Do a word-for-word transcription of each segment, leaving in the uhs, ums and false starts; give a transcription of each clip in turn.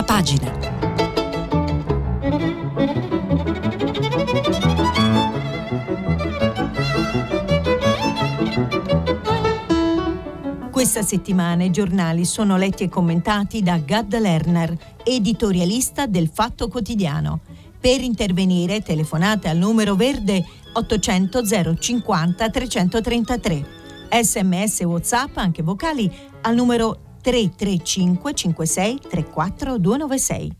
prima pagina. Questa settimana i giornali sono letti e commentati da Gad Lerner, editorialista del Fatto Quotidiano. Per intervenire telefonate al numero verde ottocento zero cinquanta trecentotrentatré. Sms e WhatsApp, anche vocali, al numero tre tre cinque cinque sei tre quattro due nove sei.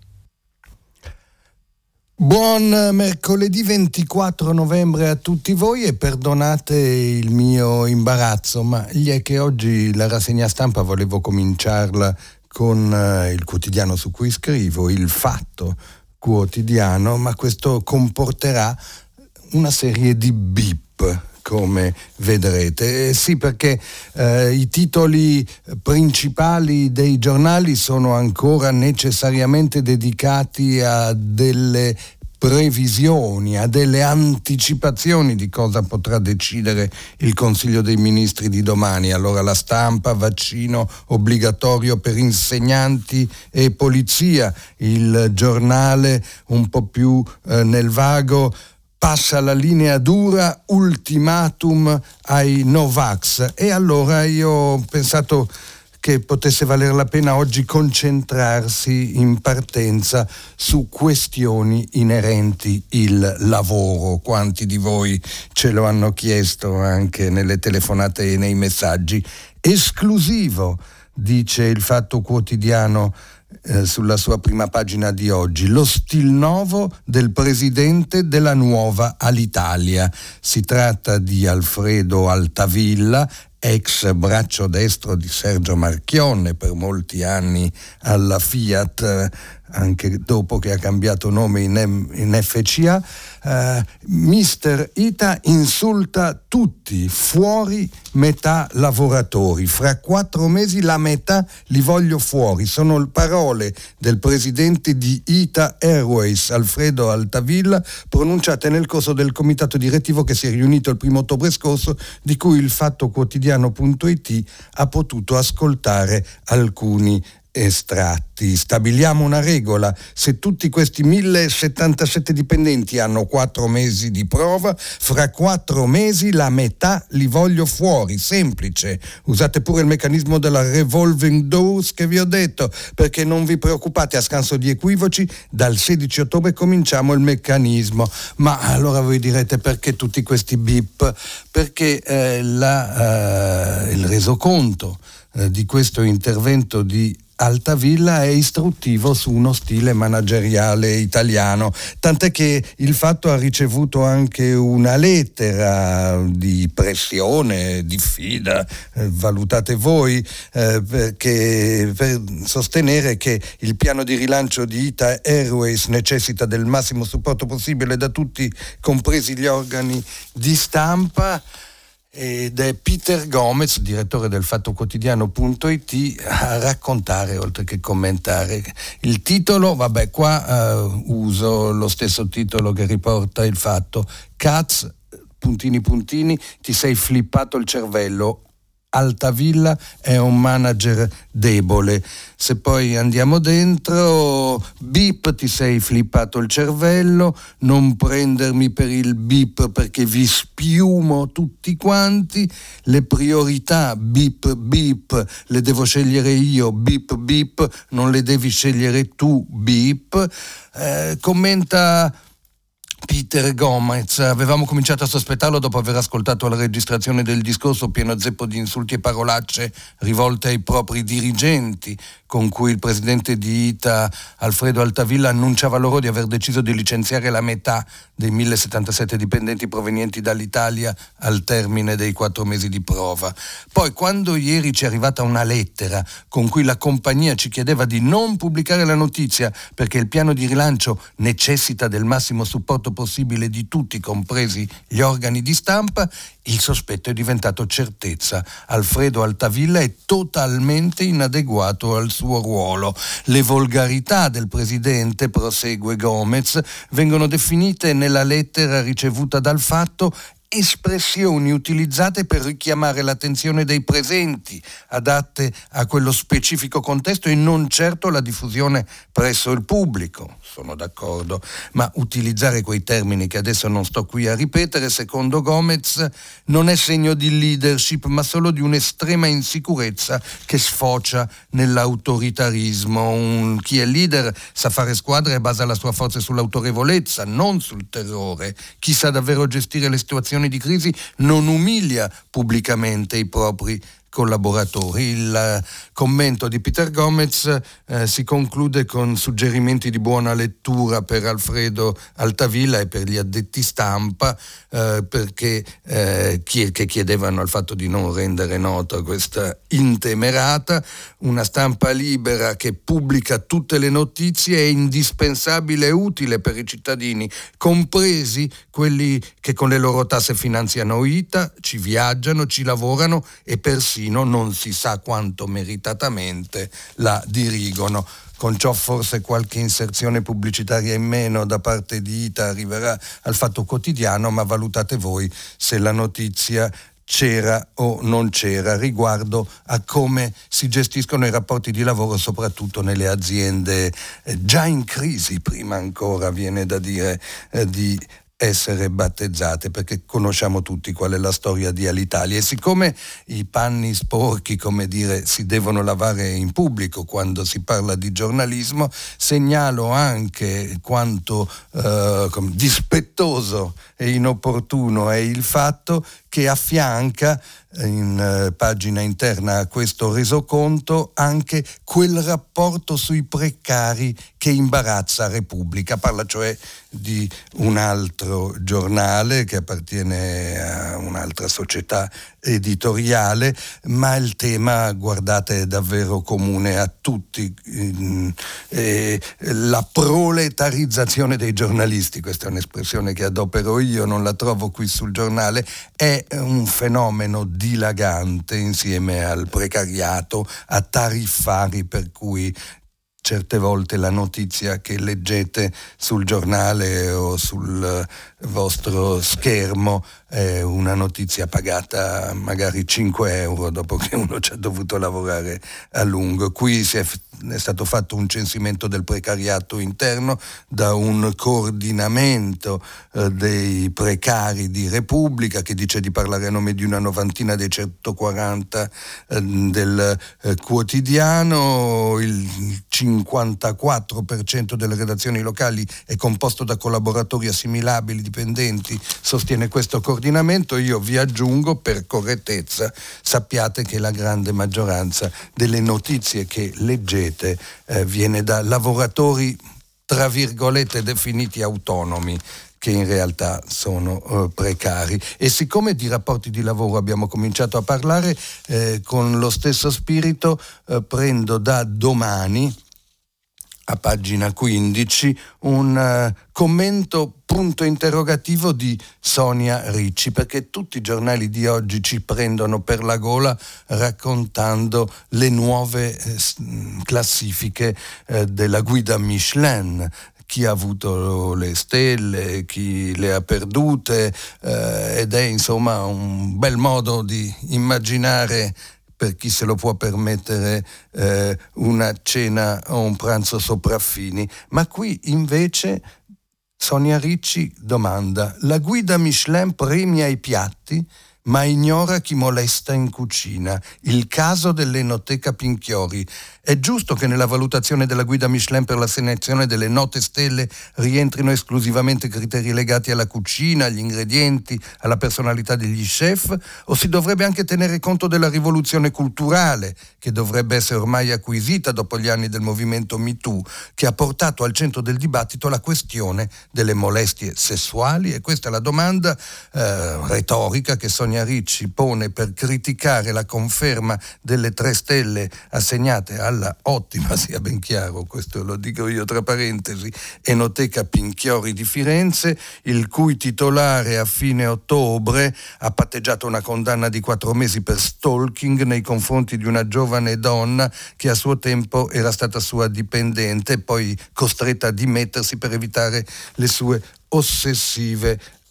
Buon mercoledì ventiquattro novembre a tutti voi e perdonate il mio imbarazzo, ma gli è che oggi la rassegna stampa volevo cominciarla con uh, il quotidiano su cui scrivo, Il Fatto Quotidiano, ma questo comporterà una serie di bip, come vedrete. Eh, sì, perché eh, i titoli principali dei giornali sono ancora necessariamente dedicati a delle previsioni, a delle anticipazioni di cosa potrà decidere il Consiglio dei Ministri di domani. Allora la Stampa, vaccino obbligatorio per insegnanti e polizia, il Giornale un po' più eh, nel vago, passa la linea dura, ultimatum ai Novax. E allora io ho pensato che potesse valer la pena oggi concentrarsi in partenza su questioni inerenti il lavoro. Quanti di voi ce lo hanno chiesto anche nelle telefonate e nei messaggi. Esclusivo, dice il Fatto Quotidiano Eh, sulla sua prima pagina di oggi, lo stil novo del presidente della nuova Alitalia. Si tratta di Alfredo Altavilla, ex braccio destro di Sergio Marchionne, per molti anni alla Fiat, anche dopo che ha cambiato nome in, M- in F C A. Uh, mister Ita insulta tutti, fuori metà lavoratori. Fra quattro mesi la metà li voglio fuori. Sono parole del presidente di Ita Airways, Alfredo Altavilla, pronunciate nel corso del comitato direttivo che si è riunito il primo ottobre scorso, di cui il Fatto Quotidiano punto it ha potuto ascoltare alcuni estratti. Stabiliamo una regola: se tutti questi mille settantasette dipendenti hanno quattro mesi di prova, fra quattro mesi la metà li voglio fuori. Semplice. Usate pure il meccanismo della revolving doors che vi ho detto, perché non vi preoccupate, a scanso di equivoci, dal sedici ottobre cominciamo il meccanismo. Ma allora voi direte: perché tutti questi bip? Perché eh, la, eh, il resoconto eh, di questo intervento di Altavilla è istruttivo su uno stile manageriale italiano, tant'è che il Fatto ha ricevuto anche una lettera di pressione, diffida, eh, valutate voi, eh, perché, per sostenere che il piano di rilancio di Ita Airways necessita del massimo supporto possibile da tutti, compresi gli organi di stampa. Ed è Peter Gomez, direttore del Fatto Quotidiano punto it, a raccontare oltre che commentare. Il titolo, vabbè, qua uh, uso lo stesso titolo che riporta il Fatto: Caz, puntini puntini, ti sei flippato il cervello. Altavilla è un manager debole. Se poi andiamo dentro, bip, ti sei flippato il cervello, non prendermi per il bip perché vi spiumo tutti quanti, le priorità, bip bip, le devo scegliere io, bip bip, non le devi scegliere tu, bip. Eh, commenta Peter Gomez: avevamo cominciato a sospettarlo dopo aver ascoltato la registrazione del discorso pieno zeppo di insulti e parolacce rivolte ai propri dirigenti, con cui il presidente di Ita, Alfredo Altavilla, annunciava loro di aver deciso di licenziare la metà dei mille settantasette dipendenti provenienti dall'Italia al termine dei quattro mesi di prova. Poi, quando ieri ci è arrivata una lettera con cui la compagnia ci chiedeva di non pubblicare la notizia perché il piano di rilancio necessita del massimo supporto possibile di tutti, compresi gli organi di stampa, il sospetto è diventato certezza. Alfredo Altavilla è totalmente inadeguato al suo ruolo. Le volgarità del presidente, prosegue Gomez, vengono definite nella lettera ricevuta dal Fatto espressioni utilizzate per richiamare l'attenzione dei presenti, adatte a quello specifico contesto e non certo la diffusione presso il pubblico. Sono d'accordo, ma utilizzare quei termini che adesso non sto qui a ripetere, secondo Gomez, non è segno di leadership, ma solo di un'estrema insicurezza che sfocia nell'autoritarismo. Un, chi è leader sa fare squadra e basa la sua forza sull'autorevolezza, non sul terrore. Chi sa davvero gestire le situazioni di crisi non umilia pubblicamente i propri collaboratori. Il commento di Peter Gomez eh, si conclude con suggerimenti di buona lettura per Alfredo Altavilla e per gli addetti stampa, eh, perché eh, chi, che chiedevano al fatto di non rendere nota questa intemerata. Una stampa libera che pubblica tutte le notizie è indispensabile e utile per i cittadini, compresi quelli che con le loro tasse finanziano I T A, ci viaggiano, ci lavorano e persino non si sa quanto meritatamente la dirigono. Con ciò forse qualche inserzione pubblicitaria in meno da parte di I T A arriverà al Fatto Quotidiano, ma valutate voi se la notizia c'era o non c'era riguardo a come si gestiscono i rapporti di lavoro, soprattutto nelle aziende eh, già in crisi, prima ancora viene da dire eh, di essere battezzate, perché conosciamo tutti qual è la storia di Alitalia. E siccome i panni sporchi, come dire, si devono lavare in pubblico quando si parla di giornalismo, segnalo anche quanto eh, dispettoso e inopportuno è il fatto che affianca in eh, pagina interna a questo resoconto anche quel rapporto sui precari che imbarazza Repubblica. Parla cioè di un altro giornale che appartiene a un'altra società editoriale, ma il tema, guardate, è davvero comune a tutti. Eh, la proletarizzazione dei giornalisti, questa è un'espressione che adopero io, non la trovo qui sul giornale, è un fenomeno dilagante insieme al precariato, a tariffari per cui certe volte la notizia che leggete sul giornale o sul vostro schermo è una notizia pagata magari cinque euro dopo che uno ci ha dovuto lavorare a lungo. Qui si è, è stato fatto un censimento del precariato interno da un coordinamento eh, dei precari di Repubblica, che dice di parlare a nome di una novantina dei centoquaranta eh, del eh, quotidiano. Il cinquantaquattro per cento delle redazioni locali è composto da collaboratori assimilabili, dipendenti, sostiene questo coordinamento. Io vi aggiungo, per correttezza, sappiate che la grande maggioranza delle notizie che leggete eh, viene da lavoratori tra virgolette definiti autonomi, che in realtà sono uh, precari. E siccome di rapporti di lavoro abbiamo cominciato a parlare, eh, con lo stesso spirito eh, prendo da Domani, a pagina quindici, un uh, commento punto interrogativo di Sonia Ricci, perché tutti i giornali di oggi ci prendono per la gola raccontando le nuove eh, classifiche eh, della guida Michelin. Chi ha avuto le stelle, chi le ha perdute, eh, ed è insomma un bel modo di immaginare, per chi se lo può permettere, eh, una cena o un pranzo sopraffini. Ma qui invece Sonia Ricci domanda: la guida Michelin premia i piatti ma ignora chi molesta in cucina. Il caso dell'Enoteca Pinchiori. È giusto che nella valutazione della guida Michelin per l'assegnazione delle note stelle rientrino esclusivamente criteri legati alla cucina, agli ingredienti, alla personalità degli chef, o si dovrebbe anche tenere conto della rivoluzione culturale che dovrebbe essere ormai acquisita dopo gli anni del movimento MeToo, che ha portato al centro del dibattito la questione delle molestie sessuali? E questa è la domanda eh, retorica che Sonia Ricci pone per criticare la conferma delle tre stelle assegnate alla ottima, sia ben chiaro, questo lo dico io tra parentesi, Enoteca Pinchiori di Firenze, il cui titolare a fine ottobre ha patteggiato una condanna di quattro mesi per stalking nei confronti di una giovane donna che a suo tempo era stata sua dipendente e poi costretta a dimettersi per evitare le sue ossessive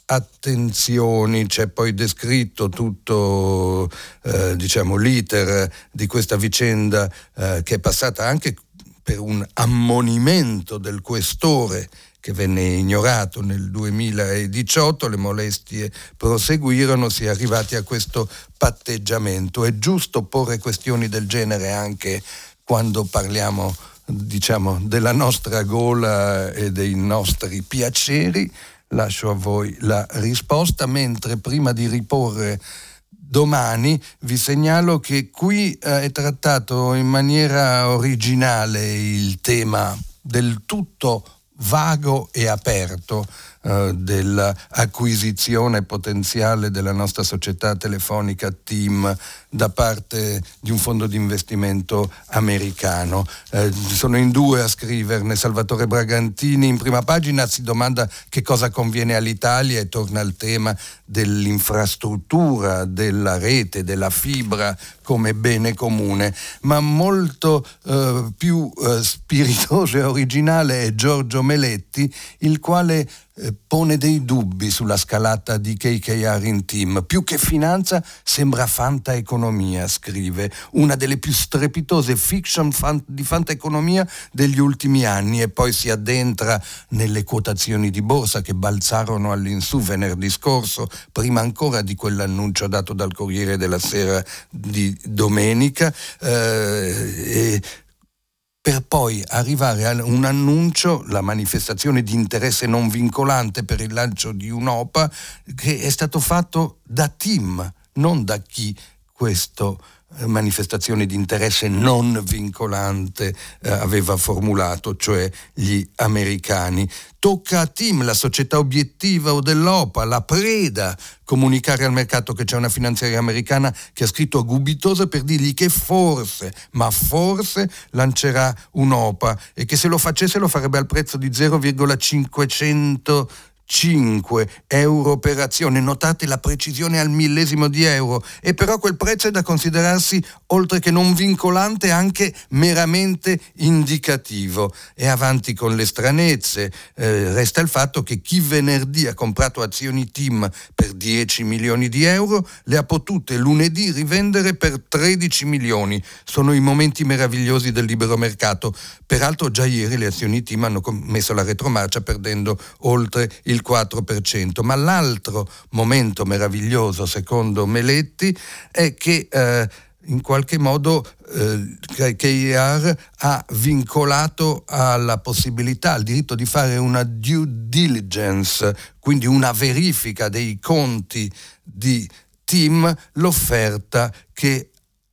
attenzioni. C'è poi descritto tutto eh, diciamo l'iter di questa vicenda eh, che è passata anche per un ammonimento del questore che venne ignorato nel duemiladiciotto, le molestie proseguirono, si è arrivati a questo patteggiamento. È giusto porre questioni del genere anche quando parliamo, diciamo, della nostra gola e dei nostri piaceri? Lascio a voi la risposta, mentre prima di riporre domani vi segnalo che qui eh, è trattato in maniera originale il tema del tutto vago e aperto eh, dell'acquisizione potenziale della nostra società telefonica TIM da parte di un fondo di investimento americano. Eh, sono in due a scriverne. Salvatore Bragantini in prima pagina si domanda che cosa conviene all'Italia e torna al tema dell'infrastruttura, della rete, della fibra come bene comune, ma molto eh, più eh, spiritoso e originale è Giorgio Meletti, il quale eh, pone dei dubbi sulla scalata di K K R in TIM. Più che finanza sembra fantaeconomia, scrive, una delle più strepitose fiction fan- di fantaeconomia degli ultimi anni, e poi si addentra nelle quotazioni di borsa che balzarono all'insù venerdì scorso, prima ancora di quell'annuncio dato dal Corriere della Sera di domenica, eh, e per poi arrivare a un annuncio, la manifestazione di interesse non vincolante per il lancio di un'OPA, che è stato fatto da TIM, non da chi questo manifestazione di interesse non vincolante eh, aveva formulato, cioè gli americani. Tocca a TIM, la società obiettiva o dell'OPA, la preda, comunicare al mercato che c'è una finanziaria americana che ha scritto a Gubitosa per dirgli che forse, ma forse lancerà un'OPA, e che se lo facesse lo farebbe al prezzo di zero virgola cinquecento cinque euro per azione. Notate la precisione al millesimo di euro, e però quel prezzo è da considerarsi oltre che non vincolante anche meramente indicativo. E avanti con le stranezze, eh, resta il fatto che chi venerdì ha comprato azioni TIM per dieci milioni di euro le ha potute lunedì rivendere per tredici milioni. Sono i momenti meravigliosi del libero mercato. Peraltro già ieri le azioni TIM hanno messo la retromarcia perdendo oltre il quattro per cento. Ma l'altro momento meraviglioso, secondo Meletti, è che eh, in qualche modo eh, K K R ha vincolato alla possibilità, al diritto di fare una due diligence, quindi una verifica dei conti di TIM, l'offerta che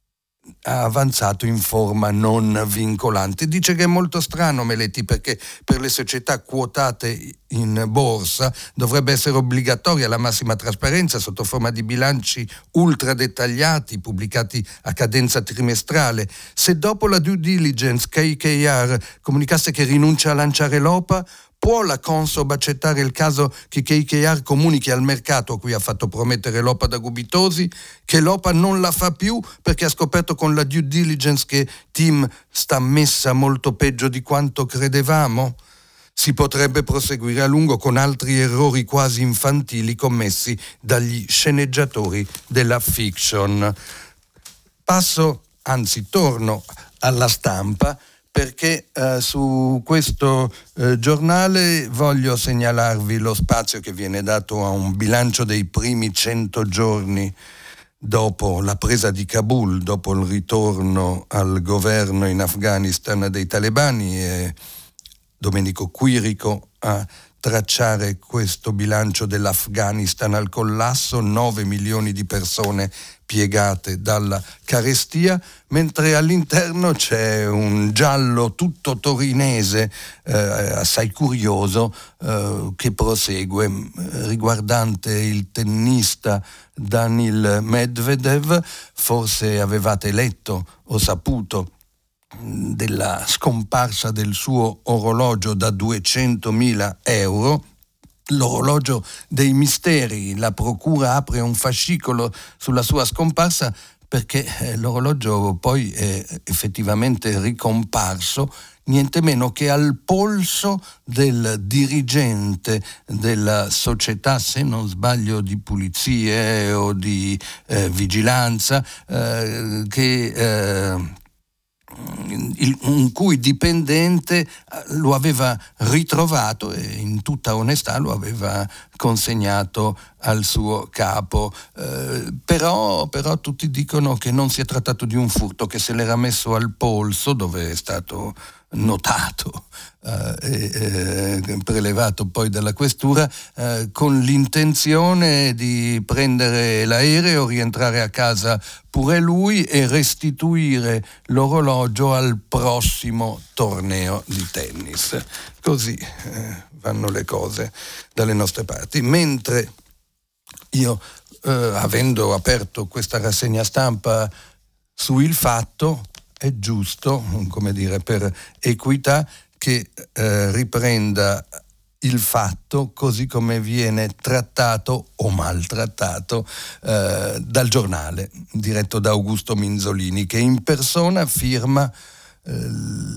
ha avanzato in forma non vincolante. Dice che è molto strano Meletti, perché per le società quotate in borsa dovrebbe essere obbligatoria la massima trasparenza sotto forma di bilanci ultra dettagliati pubblicati a cadenza trimestrale. Se dopo la due diligence K K R comunicasse che rinuncia a lanciare l'OPA, può la Consob accettare il caso che K K R comunichi al mercato, a cui ha fatto promettere l'OPA da Gubitosi, che l'OPA non la fa più perché ha scoperto con la due diligence che TIM sta messa molto peggio di quanto credevamo? Si potrebbe proseguire a lungo con altri errori quasi infantili commessi dagli sceneggiatori della fiction. Passo, anzi torno alla Stampa, perché eh, su questo eh, giornale voglio segnalarvi lo spazio che viene dato a un bilancio dei primi cento giorni dopo la presa di Kabul, dopo il ritorno al governo in Afghanistan dei talebani. E Domenico Quirico a tracciare questo bilancio dell'Afghanistan al collasso, nove milioni di persone piegate dalla carestia, mentre all'interno c'è un giallo tutto torinese eh, assai curioso eh, che prosegue, riguardante il tennista Daniil Medvedev. Forse avevate letto o saputo della scomparsa del suo orologio da duecentomila euro, l'orologio dei misteri. La procura apre un fascicolo sulla sua scomparsa perché eh, l'orologio poi è effettivamente ricomparso niente meno che al polso del dirigente della società, se non sbaglio di pulizie o di eh, vigilanza, eh, che eh, il, un cui dipendente lo aveva ritrovato e in tutta onestà lo aveva consegnato al suo capo. Eh, però, però tutti dicono che non si è trattato di un furto, che se l'era messo al polso, dove è stato notato eh, e eh, prelevato poi dalla questura, eh, con l'intenzione di prendere l'aereo, rientrare a casa pure lui e restituire l'orologio al prossimo torneo di tennis. Così eh, vanno le cose dalle nostre parti. Mentre io, eh, avendo aperto questa rassegna stampa su Il Fatto, è giusto, come dire, per equità, che eh, riprenda Il Fatto così come viene trattato o maltrattato eh, dal Giornale, diretto da Augusto Minzolini, che in persona firma eh,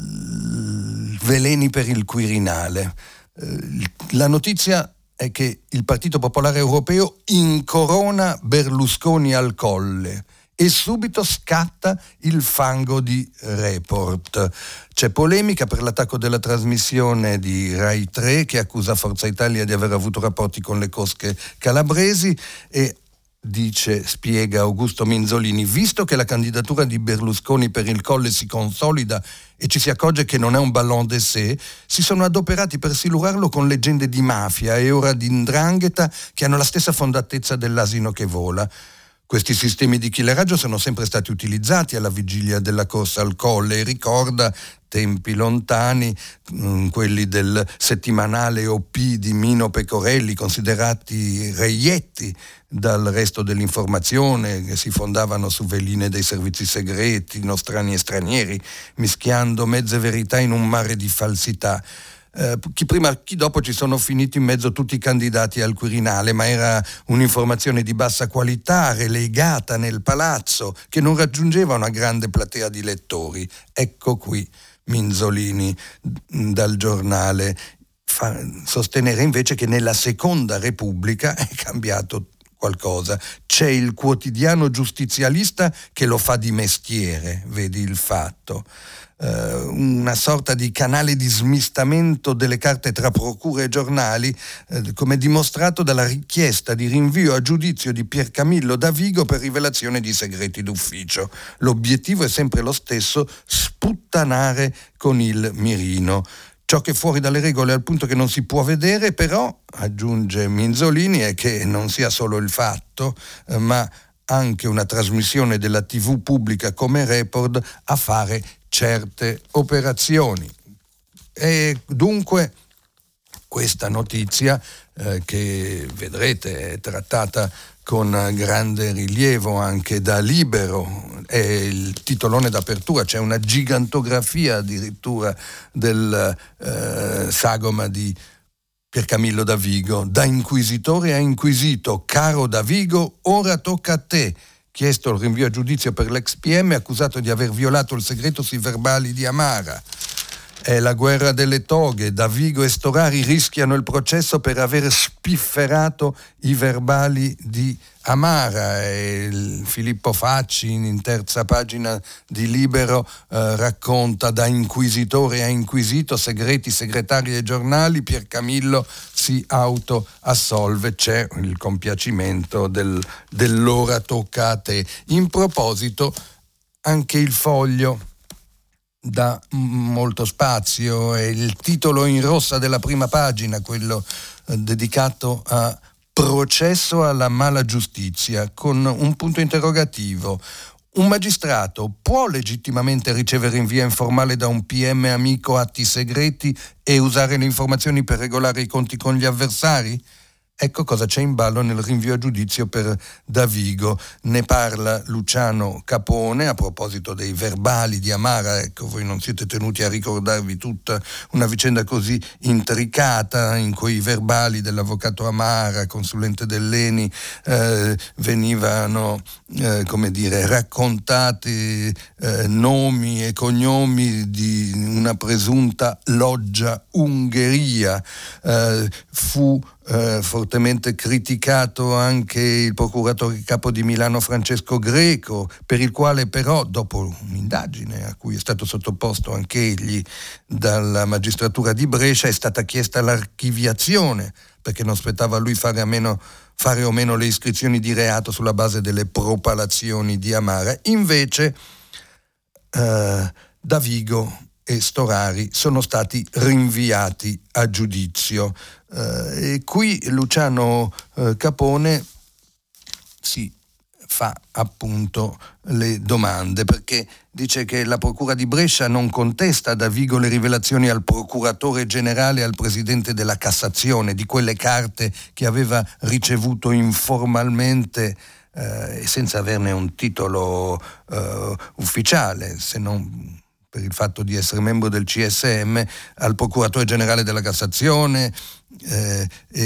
veleni per il Quirinale. Eh, la notizia è che il Partito Popolare Europeo incorona Berlusconi al Colle e subito scatta il fango di Report. C'è polemica per l'attacco della trasmissione di Rai tre, che accusa Forza Italia di aver avuto rapporti con le cosche calabresi, e dice, spiega Augusto Minzolini, visto che la candidatura di Berlusconi per il Colle si consolida e ci si accorge che non è un ballon d'essai, si sono adoperati per silurarlo con leggende di mafia e ora di 'ndrangheta che hanno la stessa fondatezza dell'asino che vola. Questi sistemi di killeraggio sono sempre stati utilizzati alla vigilia della corsa al Colle e ricorda tempi lontani, mh, quelli del settimanale O P di Mino Pecorelli, considerati reietti dal resto dell'informazione, che si fondavano su veline dei servizi segreti, nostrani e stranieri, mischiando mezze verità in un mare di falsità. Eh, chi prima chi dopo ci sono finiti in mezzo tutti i candidati al Quirinale, ma era un'informazione di bassa qualità, relegata nel palazzo, che non raggiungeva una grande platea di lettori. Ecco qui Minzolini dal Giornale fa, sostenere invece che nella Seconda Repubblica è cambiato qualcosa. C'è il quotidiano giustizialista che lo fa di mestiere, vedi Il Fatto. Uh, una sorta di canale di smistamento delle carte tra procure e giornali, uh, come dimostrato dalla richiesta di rinvio a giudizio di Piercamillo Davigo per rivelazione di segreti d'ufficio. L'obiettivo è sempre lo stesso: sputtanare con il mirino. Ciò che è fuori dalle regole al punto che non si può vedere, però, aggiunge Minzolini, è che non sia solo Il Fatto, uh, ma anche una trasmissione della tivù pubblica come Report a fare certe operazioni. E dunque questa notizia, eh, che vedrete è trattata con grande rilievo anche da Libero, è il titolone d'apertura, c'è una gigantografia addirittura del eh, sagoma di Piercamillo Davigo. Da inquisitore a inquisito, caro Davigo, ora tocca a te. Chiesto il rinvio a giudizio per l'ex P M accusato di aver violato il segreto sui verbali di Amara. È la guerra delle toghe. Davigo e Storari rischiano il processo per aver spifferato i verbali di Amara. E il Filippo Facci, in terza pagina di Libero, eh, racconta: da inquisitore a inquisito, segreti, segretari e giornali, Piercamillo si autoassolve. C'è il compiacimento del, dell'ora tocca a te. In proposito, anche Il Foglio dà molto spazio, e il titolo in rossa della prima pagina, quello eh, dedicato a processo alla mala giustizia, con un punto interrogativo. Un magistrato può legittimamente ricevere in via informale da un P M amico atti segreti e usare le informazioni per regolare i conti con gli avversari? Ecco cosa c'è in ballo nel rinvio a giudizio per Davigo. Ne parla Luciano Capone a proposito dei verbali di Amara. Ecco, voi non siete tenuti a ricordarvi tutta una vicenda così intricata in cui i verbali dell'avvocato Amara, consulente dell'Eni, eh, venivano eh, come dire raccontati eh, nomi e cognomi di una presunta loggia Ungheria. Eh, fu Eh, fortemente criticato anche il procuratore capo di Milano Francesco Greco, per il quale però, dopo un'indagine a cui è stato sottoposto anche egli dalla magistratura di Brescia, è stata chiesta l'archiviazione, perché non spettava a lui fare, a meno, fare o meno le iscrizioni di reato sulla base delle propalazioni di Amara. Invece eh, Davigo e Storari sono stati rinviati a giudizio. Uh, e qui Luciano uh, Capone si fa appunto le domande, perché dice che la procura di Brescia non contesta a Davigo le rivelazioni al procuratore generale e al presidente della Cassazione di quelle carte che aveva ricevuto informalmente uh, e senza averne un titolo uh, ufficiale, se non per il fatto di essere membro del C S M, al procuratore generale della Cassazione eh,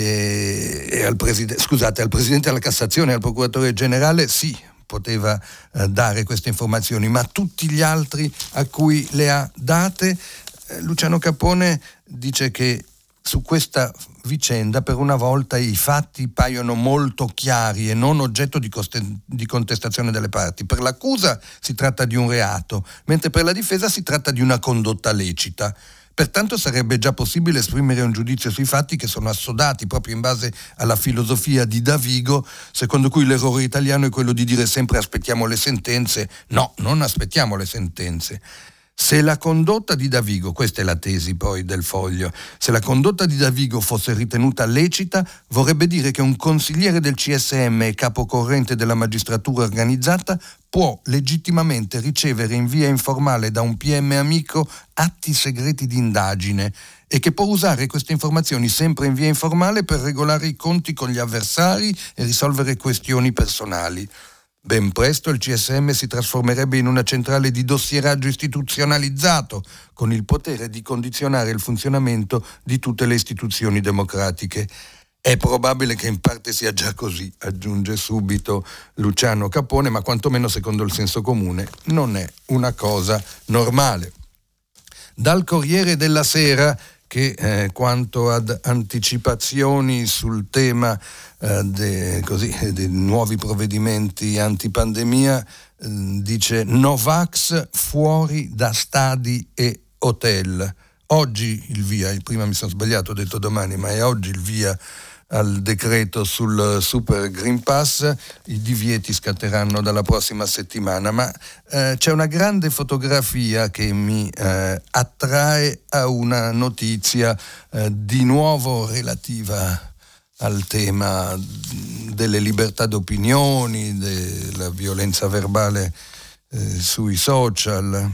e, e al presidente, scusate, al presidente della Cassazione e al procuratore generale sì, poteva eh, dare queste informazioni, ma tutti gli altri a cui le ha date, eh, Luciano Capone dice che su questa vicenda per una volta i fatti paiono molto chiari e non oggetto di, coste- di contestazione delle parti. Per l'accusa si tratta di un reato, mentre per la difesa si tratta di una condotta lecita. Pertanto sarebbe già possibile esprimere un giudizio sui fatti che sono assodati proprio in base alla filosofia di Davigo, secondo cui l'errore italiano è quello di dire sempre aspettiamo le sentenze. No, non aspettiamo le sentenze. Se la condotta di Davigo, questa è la tesi poi del Foglio, se la condotta di Davigo fosse ritenuta lecita, vorrebbe dire che un consigliere del C S M e capocorrente della magistratura organizzata può legittimamente ricevere in via informale da un P M amico atti segreti di indagine e che può usare queste informazioni sempre in via informale per regolare i conti con gli avversari e risolvere questioni personali. Ben presto il C S M si trasformerebbe in una centrale di dossieraggio istituzionalizzato, con il potere di condizionare il funzionamento di tutte le istituzioni democratiche. È probabile che in parte sia già così, aggiunge subito Luciano Capone, ma quantomeno secondo il senso comune non è una cosa normale. Dal Corriere della Sera, che eh, quanto ad anticipazioni sul tema eh, de, così, dei nuovi provvedimenti antipandemia, eh, dice Novax fuori da stadi e hotel. Oggi il via, prima mi sono sbagliato, ho detto domani, ma è oggi il via al decreto sul Super Green Pass. I divieti scatteranno dalla prossima settimana, ma eh, c'è una grande fotografia che mi eh, attrae a una notizia eh, di nuovo relativa al tema delle libertà d'opinioni, della violenza verbale eh, sui social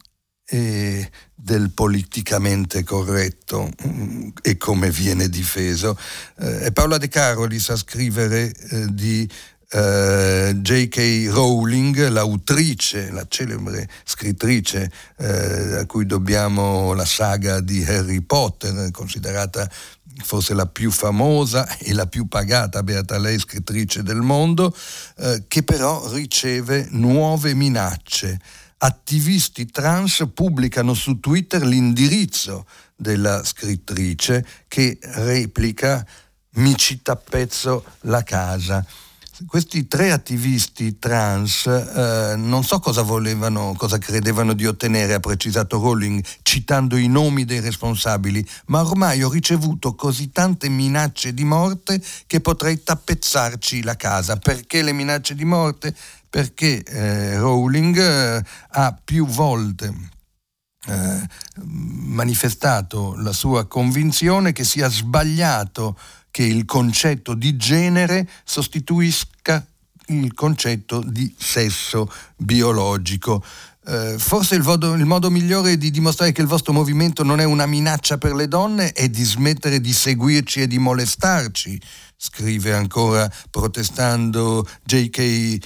e del politicamente corretto mh, e come viene difeso. Eh, Paola De Carolis a scrivere eh, di eh, J K. Rowling, l'autrice, la celebre scrittrice eh, a cui dobbiamo la saga di Harry Potter, considerata forse la più famosa e la più pagata, beata lei, scrittrice del mondo, eh, che però riceve nuove minacce. Attivisti trans pubblicano su Twitter l'indirizzo della scrittrice che replica "mi ci tappezzo la casa". Questi tre attivisti trans eh, non so cosa volevano, cosa credevano di ottenere, ha precisato Rowling citando i nomi dei responsabili, ma ormai ho ricevuto così tante minacce di morte che potrei tappezzarci la casa. Perché le minacce di morte? Perché eh, Rowling eh, ha più volte eh, manifestato la sua convinzione che sia sbagliato che il concetto di genere sostituisca il concetto di sesso biologico. Eh, forse il, vodo, il modo migliore di dimostrare che il vostro movimento non è una minaccia per le donne è di smettere di seguirci e di molestarci, scrive ancora protestando J K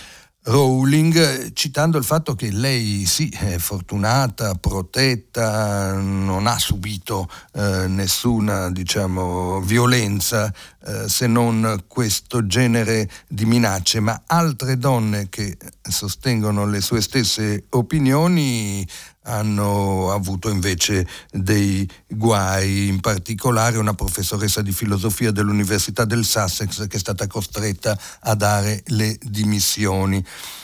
Rowling, citando il fatto che lei sì è fortunata, protetta, non ha subito eh, nessuna diciamo violenza eh, se non questo genere di minacce, ma altre donne che sostengono le sue stesse opinioni hanno avuto invece dei guai, in particolare una professoressa di filosofia dell'Università del Sussex che è stata costretta a dare le dimissioni.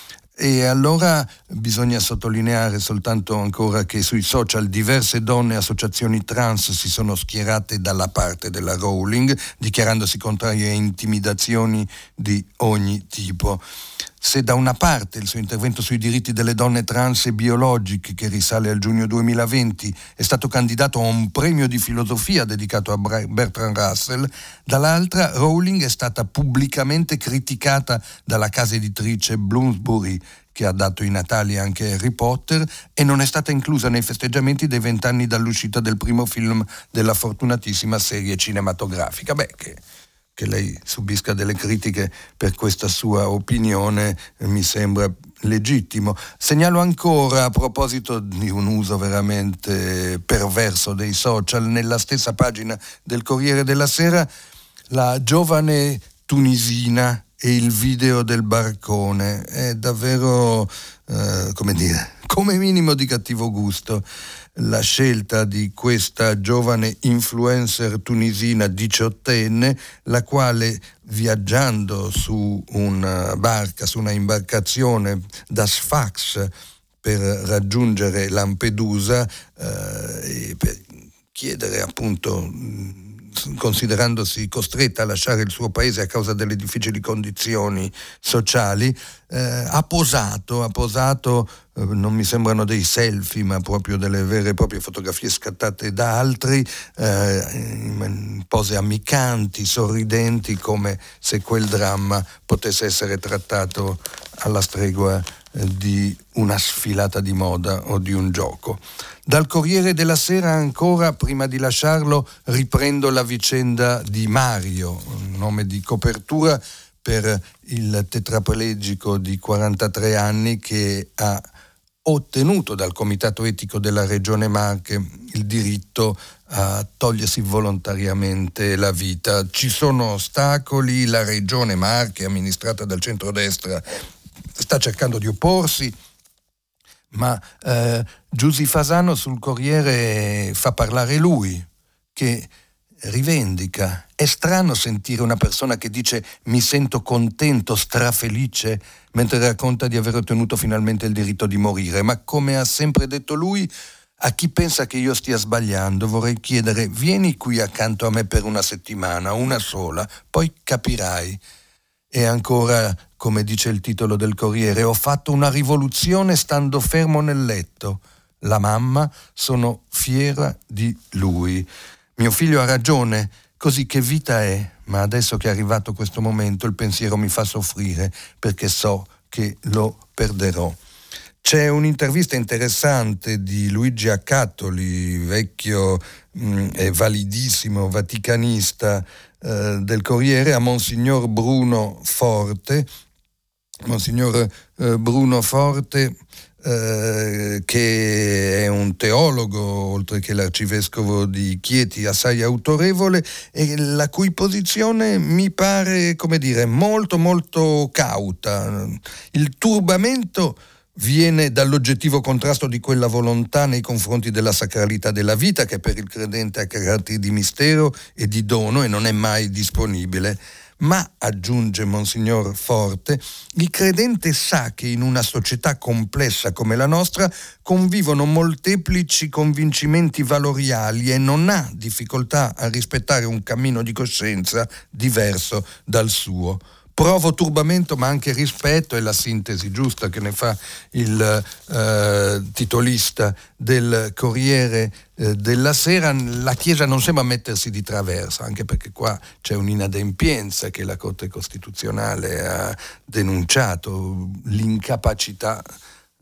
E allora bisogna sottolineare soltanto ancora che sui social diverse donne e associazioni trans si sono schierate dalla parte della Rowling, dichiarandosi contrarie a intimidazioni di ogni tipo. Se da una parte il suo intervento sui diritti delle donne trans e biologiche, che risale al giugno duemilaventi, è stato candidato a un premio di filosofia dedicato a Bertrand Russell, dall'altra Rowling è stata pubblicamente criticata dalla casa editrice Bloomsbury, che ha dato i natali anche a Harry Potter, e non è stata inclusa nei festeggiamenti dei vent'anni dall'uscita del primo film della fortunatissima serie cinematografica. Beh, che... che lei subisca delle critiche per questa sua opinione eh, mi sembra legittimo. Segnalo ancora, a proposito di un uso veramente perverso dei social, nella stessa pagina del Corriere della Sera, la giovane tunisina e il video del barcone. È davvero, eh, come dire, come minimo di cattivo gusto la scelta di questa giovane influencer tunisina diciottenne, la quale viaggiando su una barca, su una imbarcazione da Sfax per raggiungere Lampedusa eh, e per chiedere appunto, considerandosi costretta a lasciare il suo paese a causa delle difficili condizioni sociali, eh, ha posato, ha posato eh, non mi sembrano dei selfie, ma proprio delle vere e proprie fotografie scattate da altri, eh, in pose ammicanti, sorridenti, come se quel dramma potesse essere trattato alla stregua eh, di una sfilata di moda o di un gioco. Dal Corriere della Sera ancora, prima di lasciarlo, riprendo la vicenda di Mario, nome di copertura per il tetraplegico di quarantatré anni che ha ottenuto dal Comitato Etico della Regione Marche il diritto a togliersi volontariamente la vita. Ci sono ostacoli, la Regione Marche, amministrata dal centrodestra, sta cercando di opporsi, ma eh, Giusy Fasano sul Corriere fa parlare lui, che rivendica. È strano sentire una persona che dice mi sento contento, strafelice, mentre racconta di aver ottenuto finalmente il diritto di morire. Ma come ha sempre detto lui, a chi pensa che io stia sbagliando vorrei chiedere: vieni qui accanto a me per una settimana, una sola, poi capirai. E ancora, come dice il titolo del Corriere, ho fatto una rivoluzione stando fermo nel letto. La mamma, sono fiera di lui. Mio figlio ha ragione, così che vita è, ma adesso che è arrivato questo momento il pensiero mi fa soffrire perché so che lo perderò. C'è un'intervista interessante di Luigi Accattoli, vecchio mh, e validissimo vaticanista eh, del Corriere, a Monsignor Bruno Forte. Monsignor eh, Bruno Forte, eh, che è un teologo, oltre che l'arcivescovo di Chieti, assai autorevole, e la cui posizione mi pare, come dire, molto molto cauta. Il turbamento viene dall'oggettivo contrasto di quella volontà nei confronti della sacralità della vita, che per il credente ha caratteri di mistero e di dono e non è mai disponibile. Ma, aggiunge Monsignor Forte, il credente sa che in una società complessa come la nostra convivono molteplici convincimenti valoriali e non ha difficoltà a rispettare un cammino di coscienza diverso dal suo. Provo turbamento ma anche rispetto, è la sintesi giusta che ne fa il eh, titolista del Corriere eh, della Sera. La Chiesa non sembra mettersi di traverso, anche perché qua c'è un'inadempienza che la Corte Costituzionale ha denunciato, l'incapacità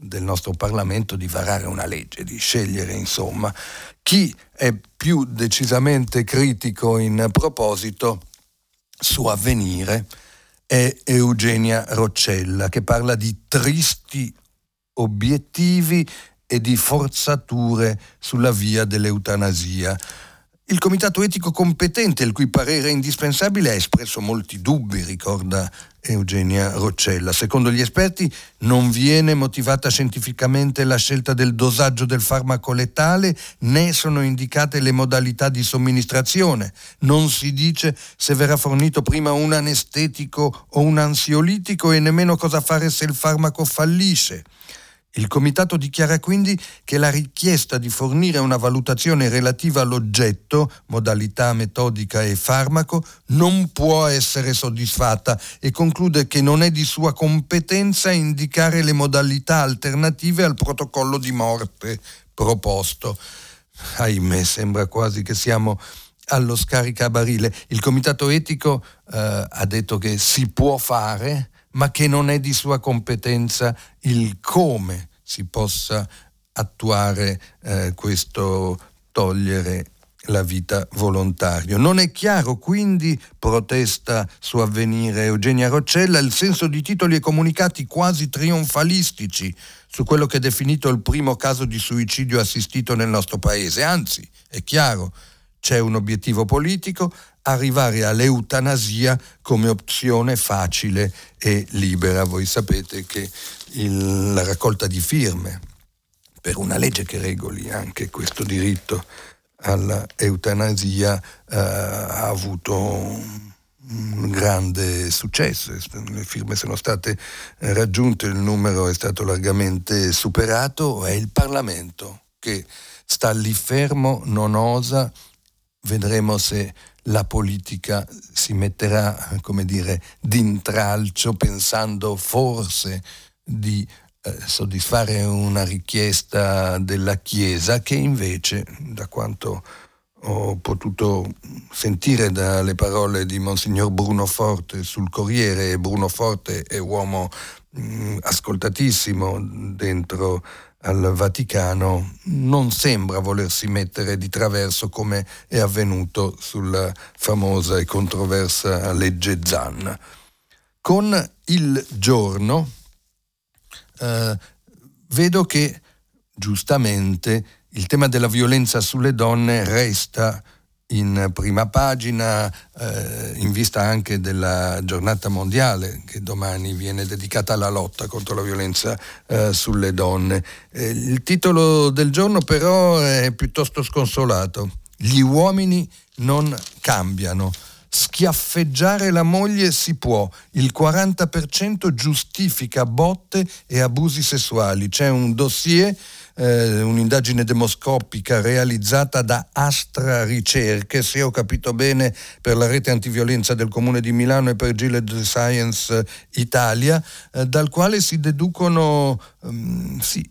del nostro Parlamento di varare una legge, di scegliere insomma. Chi è più decisamente critico in proposito su Avvenire è Eugenia Roccella, che parla di tristi obiettivi e di forzature sulla via dell'eutanasia. Il comitato etico competente, il cui parere è indispensabile, ha espresso molti dubbi, ricorda Eugenia Roccella. Secondo gli esperti non viene motivata scientificamente la scelta del dosaggio del farmaco letale, né sono indicate le modalità di somministrazione. Non si dice se verrà fornito prima un anestetico o un ansiolitico e nemmeno cosa fare se il farmaco fallisce. Il comitato dichiara quindi che la richiesta di fornire una valutazione relativa all'oggetto, modalità, metodica e farmaco, non può essere soddisfatta e conclude che non è di sua competenza indicare le modalità alternative al protocollo di morte proposto. Ahimè, sembra quasi che siamo allo scaricabarile. Il comitato etico eh, ha detto che si può fare, ma che non è di sua competenza il come si possa attuare eh, questo togliere la vita volontario. Non è chiaro quindi, protesta su Avvenire Eugenia Roccella, il senso di titoli e comunicati quasi trionfalistici su quello che è definito il primo caso di suicidio assistito nel nostro paese. Anzi, è chiaro, c'è un obiettivo politico: arrivare all'eutanasia come opzione facile e libera. Voi sapete che il, la raccolta di firme per una legge che regoli anche questo diritto alla eutanasia eh, ha avuto un grande successo. Le firme sono state raggiunte, il numero è stato largamente superato. È il Parlamento che sta lì fermo, non osa. Vedremo se la politica si metterà, come dire, d'intralcio, pensando forse di eh, soddisfare una richiesta della Chiesa, che invece, da quanto ho potuto sentire dalle parole di Monsignor Bruno Forte sul Corriere, e Bruno Forte è uomo mh, ascoltatissimo dentro al Vaticano, non sembra volersi mettere di traverso come è avvenuto sulla famosa e controversa legge Zan. Con Il Giorno eh, vedo che giustamente il tema della violenza sulle donne resta in prima pagina, eh, in vista anche della giornata mondiale che domani viene dedicata alla lotta contro la violenza eh, sulle donne. Eh, il titolo del giorno però è piuttosto sconsolato: gli uomini non cambiano. Schiaffeggiare la moglie si può, il quaranta per cento giustifica botte e abusi sessuali. C'è un dossier, Eh, un'indagine demoscopica realizzata da Astra Ricerche, se ho capito bene, per la rete antiviolenza del Comune di Milano e per Gilead Science Italia, eh, dal quale si deducono um, sì,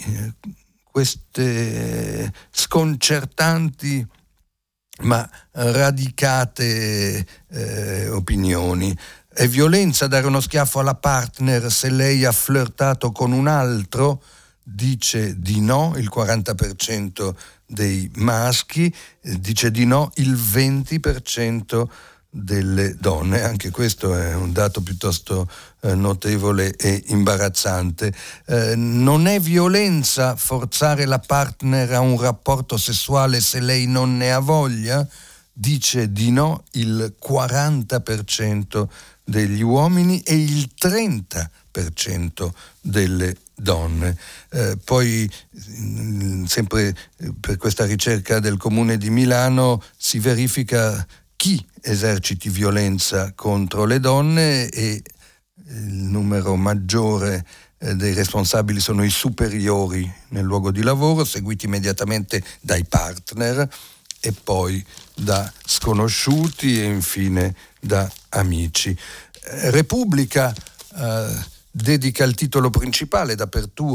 queste sconcertanti ma radicate eh, opinioni. È violenza dare uno schiaffo alla partner se lei ha flirtato con un altro? Dice di no il quaranta per cento dei maschi, dice di no il venti per cento delle donne. Anche questo è un dato piuttosto eh, notevole e imbarazzante. Eh, non è violenza forzare la partner a un rapporto sessuale se lei non ne ha voglia? Dice di no il quaranta per cento degli uomini e il trenta per cento delle donne. Eh, poi sempre per questa ricerca del Comune di Milano si verifica chi eserciti violenza contro le donne e il numero maggiore eh, dei responsabili sono i superiori nel luogo di lavoro, seguiti immediatamente dai partner e poi da sconosciuti e infine da amici. Eh, Repubblica eh, dedica il titolo principale d'apertura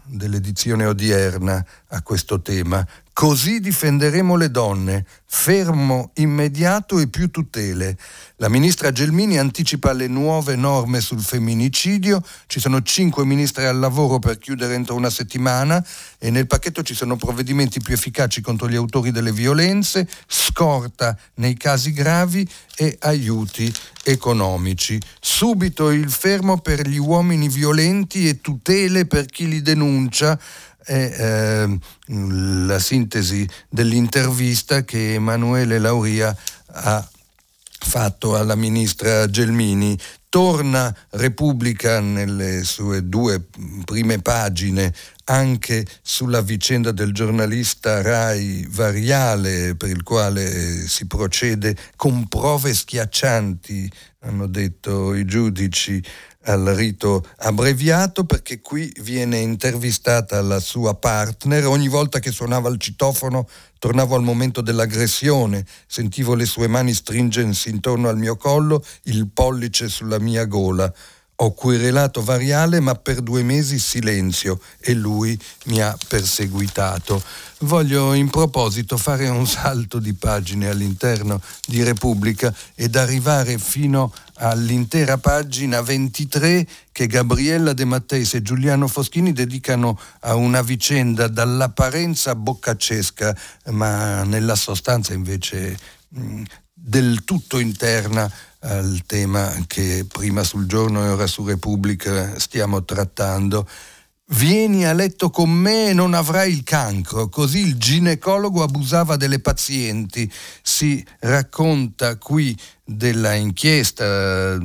dell'edizione odierna a questo tema. Così difenderemo le donne, fermo immediato e più tutele. La ministra Gelmini anticipa le nuove norme sul femminicidio, ci sono cinque ministre al lavoro per chiudere entro una settimana e nel pacchetto ci sono provvedimenti più efficaci contro gli autori delle violenze, scorta nei casi gravi e aiuti economici. Subito il fermo per gli uomini violenti e tutele per chi li denuncia. È eh, la sintesi dell'intervista che Emanuele Lauria ha fatto alla ministra Gelmini. Torna Repubblica nelle sue due prime pagine anche sulla vicenda del giornalista Rai Variale, per il quale si procede con prove schiaccianti, hanno detto i giudici, al rito abbreviato, perché qui viene intervistata la sua partner. Ogni volta che suonava il citofono tornavo al momento dell'aggressione, sentivo le sue mani stringersi intorno al mio collo, il pollice sulla mia gola. Ho querelato Variale, ma per due mesi silenzio e lui mi ha perseguitato. Voglio in proposito fare un salto di pagine all'interno di Repubblica ed arrivare fino all'intera pagina ventitré che Gabriella De Matteis e Giuliano Foschini dedicano a una vicenda dall'apparenza boccaccesca, ma nella sostanza invece mh, del tutto interna al tema che prima sul Giorno e ora su Repubblica stiamo trattando. Vieni a letto con me e non avrai il cancro, così il ginecologo abusava delle pazienti. Si racconta qui della inchiesta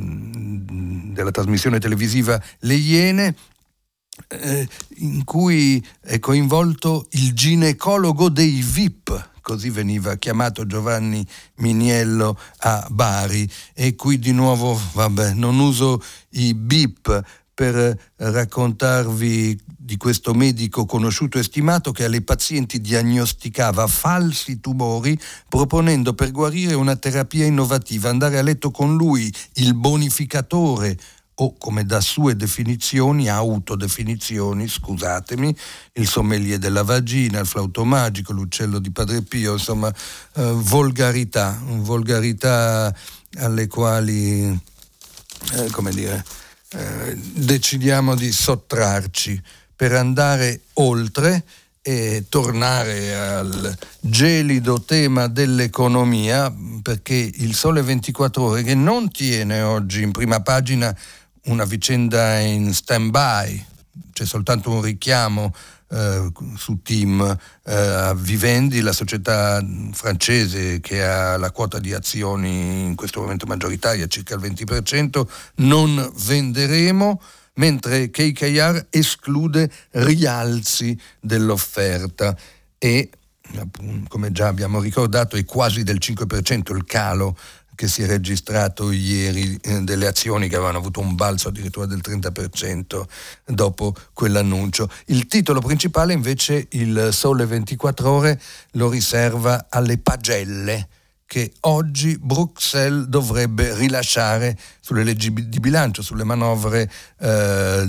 della trasmissione televisiva Le Iene, eh, in cui è coinvolto il ginecologo dei V I P, così veniva chiamato Giovanni Miniello a Bari. E qui di nuovo, vabbè, non uso i bip per raccontarvi di questo medico conosciuto e stimato che alle pazienti diagnosticava falsi tumori, proponendo per guarire una terapia innovativa, andare a letto con lui, il bonificatore, o come da sue definizioni, autodefinizioni, scusatemi, il sommelier della vagina, il flauto magico, l'uccello di Padre Pio, insomma, eh, volgarità, volgarità alle quali, eh, come dire, eh, decidiamo di sottrarci per andare oltre e tornare al gelido tema dell'economia, perché il Sole ventiquattro Ore, che non tiene oggi in prima pagina una vicenda in stand-by, c'è soltanto un richiamo eh, su Tim eh, a Vivendi, la società francese che ha la quota di azioni in questo momento maggioritaria, circa il venti per cento, non venderemo, mentre K K R esclude rialzi dell'offerta e, come già abbiamo ricordato, è quasi del cinque per cento il calo che si è registrato ieri eh, delle azioni, che avevano avuto un balzo addirittura del trenta per cento dopo quell'annuncio. Il titolo principale invece il Sole ventiquattro Ore lo riserva alle pagelle che oggi Bruxelles dovrebbe rilasciare sulle leggi di bilancio, sulle manovre eh,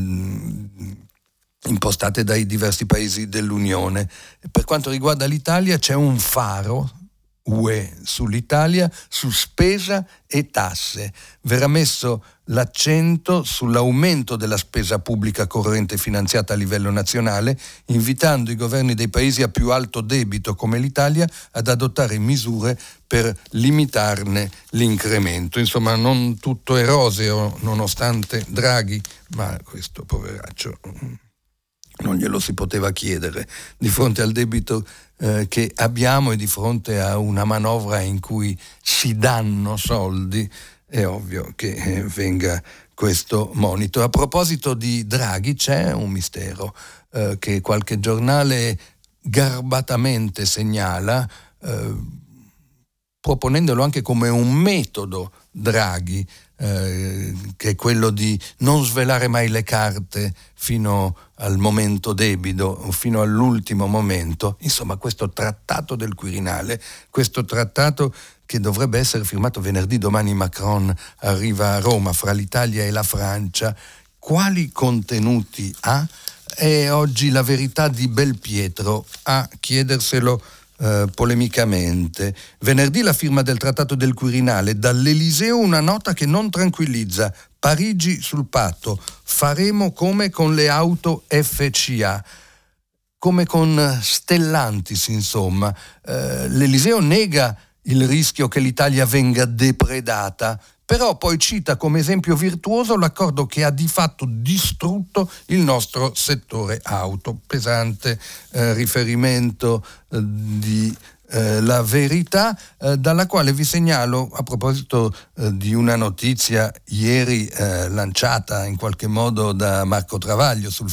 impostate dai diversi paesi dell'Unione. Per quanto riguarda l'Italia c'è un faro U E sull'Italia, su spesa e tasse. Verrà messo l'accento sull'aumento della spesa pubblica corrente finanziata a livello nazionale, invitando i governi dei paesi a più alto debito come l'Italia ad adottare misure per limitarne l'incremento. Insomma, non tutto è roseo nonostante Draghi, ma questo poveraccio non glielo si poteva chiedere di fronte al debito eh, che abbiamo e di fronte a una manovra in cui si danno soldi. È ovvio che eh, venga questo monito. A proposito di Draghi, c'è un mistero eh, che qualche giornale garbatamente segnala, eh, proponendolo anche come un metodo Draghi, eh, che è quello di non svelare mai le carte fino al momento debito, fino all'ultimo momento. Insomma, questo trattato del Quirinale, questo trattato che dovrebbe essere firmato venerdì, domani Macron arriva a Roma, fra l'Italia e la Francia, quali contenuti ha? È oggi La Verità di Belpietro a chiederselo eh, polemicamente. Venerdì la firma del Trattato del Quirinale, dall'Eliseo una nota che non tranquillizza. Parigi sul patto, faremo come con le auto F C A, come con Stellantis insomma. Eh, L'Eliseo nega il rischio che l'Italia venga depredata, però poi cita come esempio virtuoso l'accordo che ha di fatto distrutto il nostro settore auto. Pesante eh, riferimento eh, di eh, La Verità, eh, dalla quale vi segnalo, a proposito eh, di una notizia ieri eh, lanciata in qualche modo da Marco Travaglio sul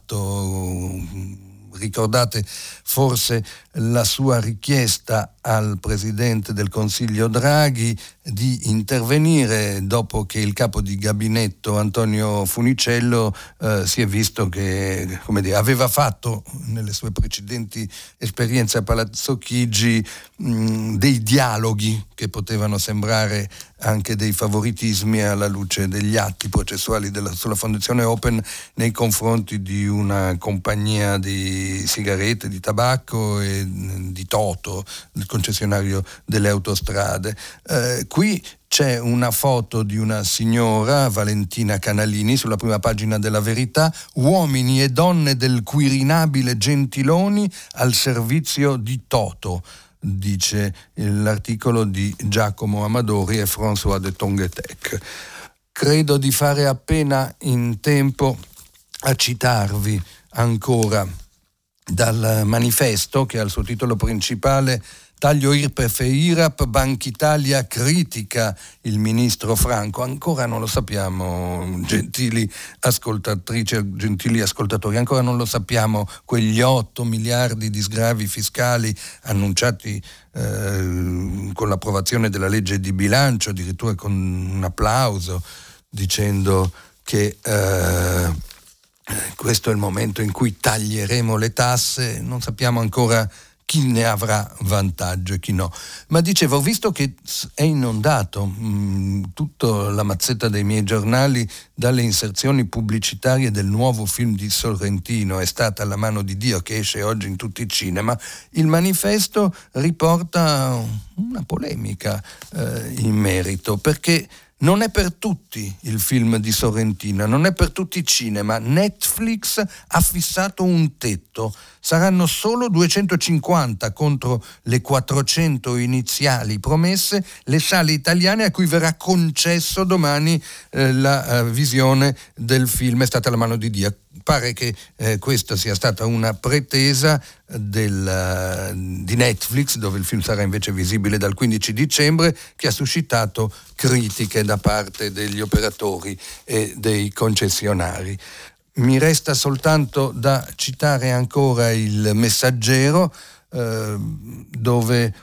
Fatto. Ricordate forse la sua richiesta al Presidente del Consiglio Draghi di intervenire dopo che il capo di gabinetto Antonio Funicello eh, si è visto che, come dire, aveva fatto nelle sue precedenti esperienze a Palazzo Chigi mh, dei dialoghi che potevano sembrare anche dei favoritismi alla luce degli atti processuali della, sulla Fondazione Open nei confronti di una compagnia di sigarette, di tabacco e di Toto, il concessionario delle autostrade. Eh, qui c'è una foto di una signora, Valentina Canalini, sulla prima pagina della Verità, uomini e donne del quirinabile Gentiloni al servizio di Toto, dice l'articolo di Giacomo Amadori e François de Tonguetec. Credo di fare appena in tempo a citarvi ancora dal manifesto che ha il suo titolo principale Taglio I R P E F e I R A P, Banca Italia critica il ministro Franco. Ancora non lo sappiamo, gentili ascoltatrici e gentili ascoltatori, ancora non lo sappiamo quegli otto miliardi di sgravi fiscali annunciati eh, con l'approvazione della legge di bilancio, addirittura con un applauso, dicendo che eh, questo è il momento in cui taglieremo le tasse. Non sappiamo ancora chi ne avrà vantaggio e chi no. Ma dicevo, visto che è inondato mh, tutta la mazzetta dei miei giornali dalle inserzioni pubblicitarie del nuovo film di Sorrentino, È stata la mano di Dio, che esce oggi in tutti i cinema, il manifesto riporta una polemica eh, in merito, perché non è per tutti il film di Sorrentino, non è per tutti i cinema. Netflix ha fissato un tetto. Saranno solo duecentocinquanta contro le quattrocento iniziali promesse le sale italiane a cui verrà concesso domani eh, la uh, visione del film È stata la mano di Dio. Pare che eh, questa sia stata una pretesa del, uh, di Netflix, dove il film sarà invece visibile dal quindici dicembre, che ha suscitato critiche da parte degli operatori e dei concessionari. Mi resta soltanto da citare ancora il Messaggero, eh, dove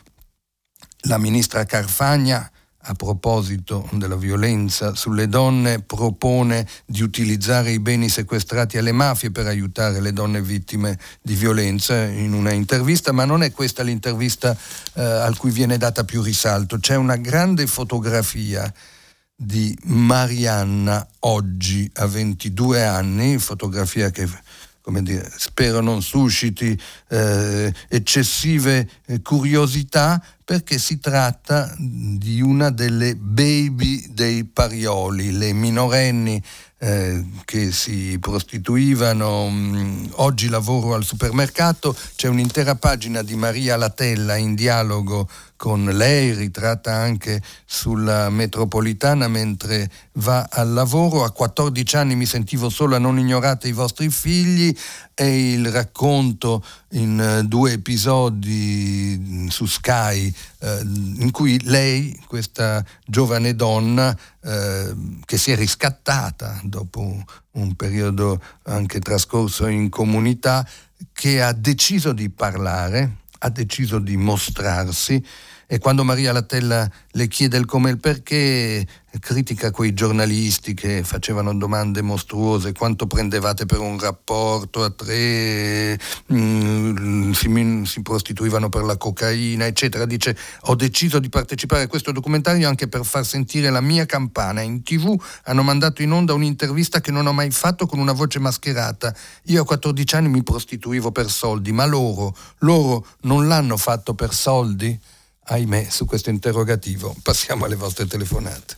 la ministra Carfagna, a proposito della violenza sulle donne, propone di utilizzare i beni sequestrati alle mafie per aiutare le donne vittime di violenza in una intervista, ma non è questa l'intervista eh, al cui viene data più risalto. C'è una grande fotografia di Marianna oggi a ventidue anni, fotografia che, come dire, spero non susciti eh, eccessive eh, curiosità, perché si tratta di una delle baby dei Parioli, le minorenni eh, che si prostituivano. Mh, oggi lavoro al supermercato, c'è un'intera pagina di Maria Latella in dialogo con lei, ritratta anche sulla metropolitana mentre va al lavoro. A quattordici anni mi sentivo sola, non ignorate i vostri figli, è il racconto in due episodi su Sky eh, in cui lei, questa giovane donna eh, che si è riscattata dopo un periodo anche trascorso in comunità, che ha deciso di parlare, ha deciso di mostrarsi e quando Maria Lattella le chiede il come e il perché, critica quei giornalisti che facevano domande mostruose: quanto prendevate per un rapporto a tre, mm, si, si prostituivano per la cocaina, eccetera. Dice: ho deciso di partecipare a questo documentario anche per far sentire la mia campana. In tv hanno mandato in onda un'intervista che non ho mai fatto con una voce mascherata. Io a quattordici anni mi prostituivo per soldi, ma loro, loro non l'hanno fatto per soldi? Ahimè, su questo interrogativo passiamo alle vostre telefonate.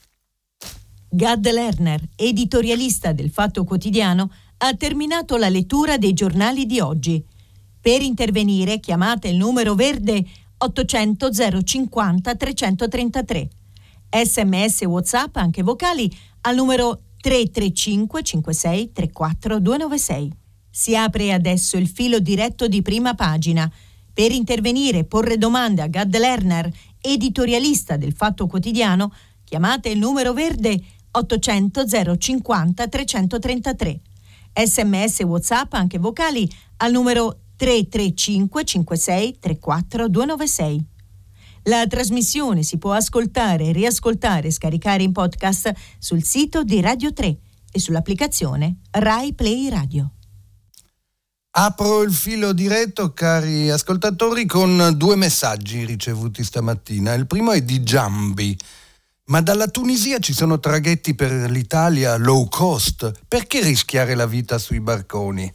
Gad Lerner, editorialista del Fatto Quotidiano, ha terminato la lettura dei giornali di oggi. Per intervenire chiamate il numero verde ottocento zero cinquanta trecentotrentatré. Sms e WhatsApp, anche vocali, al numero tre tre cinque cinque sei tre quattro due nove sei. Si apre adesso il filo diretto di Prima Pagina. Per intervenire e porre domande a Gad Lerner, editorialista del Fatto Quotidiano, chiamate il numero verde ottocento zero cinquanta trecentotrentatré. Sms e WhatsApp, anche vocali, al numero tre tre cinque cinque sei tre quattro due nove sei. La trasmissione si può ascoltare, riascoltare e scaricare in podcast sul sito di Radio tre e sull'applicazione Rai Play Radio. Apro il filo diretto, cari ascoltatori, con due messaggi ricevuti stamattina. Il primo è di Giambi. Ma dalla Tunisia ci sono traghetti per l'Italia low cost. Perché rischiare la vita sui barconi?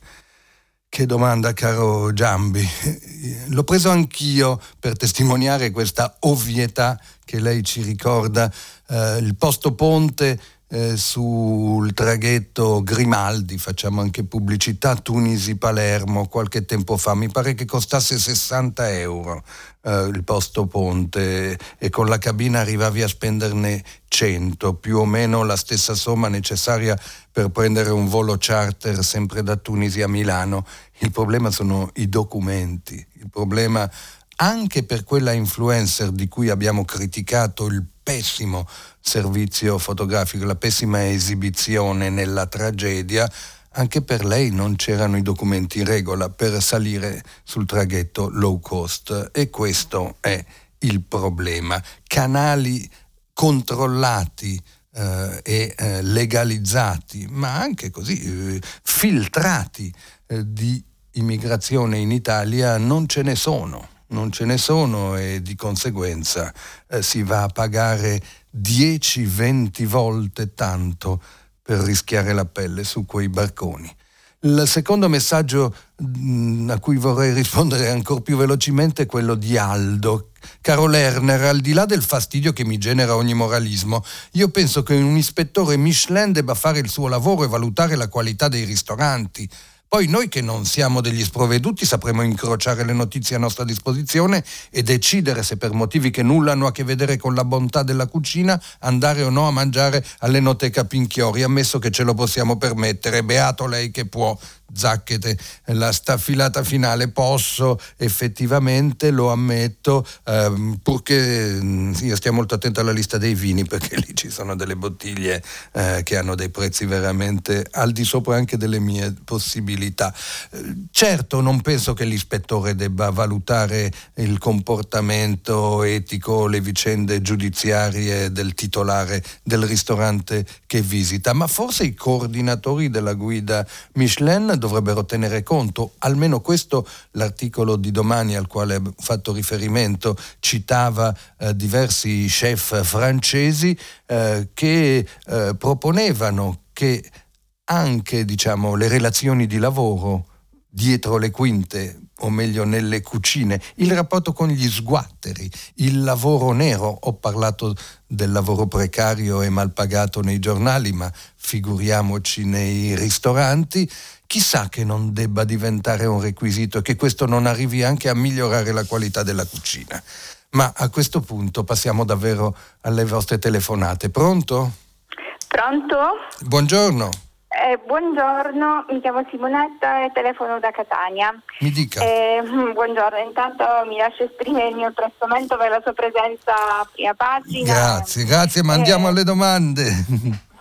Che domanda, caro Giambi. L'ho preso anch'io per testimoniare questa ovvietà che lei ci ricorda. Eh, il posto ponte eh, sul traghetto Grimaldi, facciamo anche pubblicità, Tunisi-Palermo, qualche tempo fa. Mi pare che costasse sessanta euro. Uh, il posto ponte, e con la cabina arrivavi a spenderne cento, più o meno la stessa somma necessaria per prendere un volo charter sempre da Tunisi a Milano. Il problema sono i documenti, il problema anche per quella influencer di cui abbiamo criticato il pessimo servizio fotografico, la pessima esibizione nella tragedia. Anche per lei non c'erano i documenti in regola per salire sul traghetto low cost, e questo è il problema. Canali controllati eh, e eh, legalizzati, ma anche così eh, filtrati eh, di immigrazione in Italia non ce ne sono, non ce ne sono e di conseguenza eh, si va a pagare dieci venti volte tanto per rischiare la pelle su quei barconi. Il secondo messaggio mh, a cui vorrei rispondere ancora più velocemente è quello di Aldo. Caro Lerner, al di là del fastidio che mi genera ogni moralismo, io penso che un ispettore Michelin debba fare il suo lavoro e valutare la qualità dei ristoranti. Poi noi che non siamo degli sprovveduti sapremo incrociare le notizie a nostra disposizione e decidere se per motivi che nulla hanno a che vedere con la bontà della cucina andare o no a mangiare all'Enoteca Pinchiori, ammesso che ce lo possiamo permettere. Beato lei che può. Zacchete, la staffilata finale posso, effettivamente, lo ammetto, ehm, purché io stia molto attento alla lista dei vini, perché lì ci sono delle bottiglie eh, che hanno dei prezzi veramente al di sopra anche delle mie possibilità. Eh, certo, non penso che l'ispettore debba valutare il comportamento etico, le vicende giudiziarie del titolare del ristorante che visita, ma forse i coordinatori della guida Michelin dovrebbero tenere conto. Almeno questo l'articolo di Domani al quale ho fatto riferimento citava eh, diversi chef francesi eh, che eh, proponevano che anche, diciamo, le relazioni di lavoro dietro le quinte, o meglio nelle cucine, il rapporto con gli sguatteri, il lavoro nero. Ho parlato del lavoro precario e mal pagato nei giornali, ma figuriamoci nei ristoranti. Chissà che non debba diventare un requisito e che questo non arrivi anche a migliorare la qualità della cucina. Ma a questo punto passiamo davvero alle vostre telefonate. Pronto? Pronto? Buongiorno. Eh, buongiorno, mi chiamo Simonetta e telefono da Catania. Mi dica. Eh, buongiorno, intanto mi lascio esprimere il mio apprezzamento per la sua presenza a Prima Pagina. Grazie, grazie, ma andiamo eh, alle domande.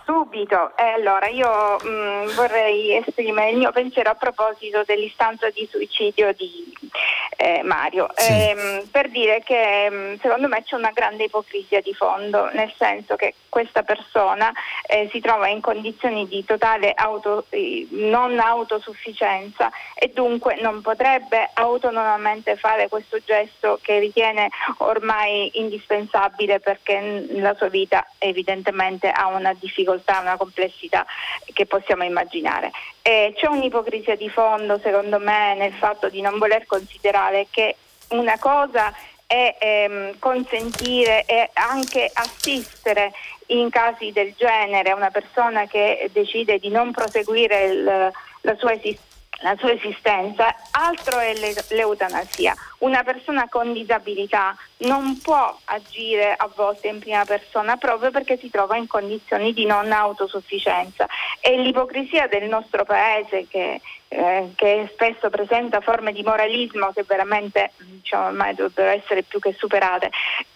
Subito. E allora io mh, vorrei esprimere il mio pensiero a proposito dell'istanza di suicidio di eh, Mario, Sì. ehm, per dire che mh, secondo me c'è una grande ipocrisia di fondo, nel senso che questa persona eh, si trova in condizioni di totale auto, eh, non autosufficienza e dunque non potrebbe autonomamente fare questo gesto che ritiene ormai indispensabile, perché la sua vita evidentemente ha una difficoltà, una complessità che possiamo immaginare. E c'è un'ipocrisia di fondo, secondo me, nel fatto di non voler considerare che una cosa è ehm, consentire e anche assistere in casi del genere a una persona che decide di non proseguire il, la sua esistenza. La sua esistenza, altro è l'eutanasia. Una persona con disabilità non può agire a volte in prima persona proprio perché si trova in condizioni di non autosufficienza. E l'ipocrisia del nostro paese, che, eh, che spesso presenta forme di moralismo che veramente, diciamo, ormai dovrebbero essere più che superate,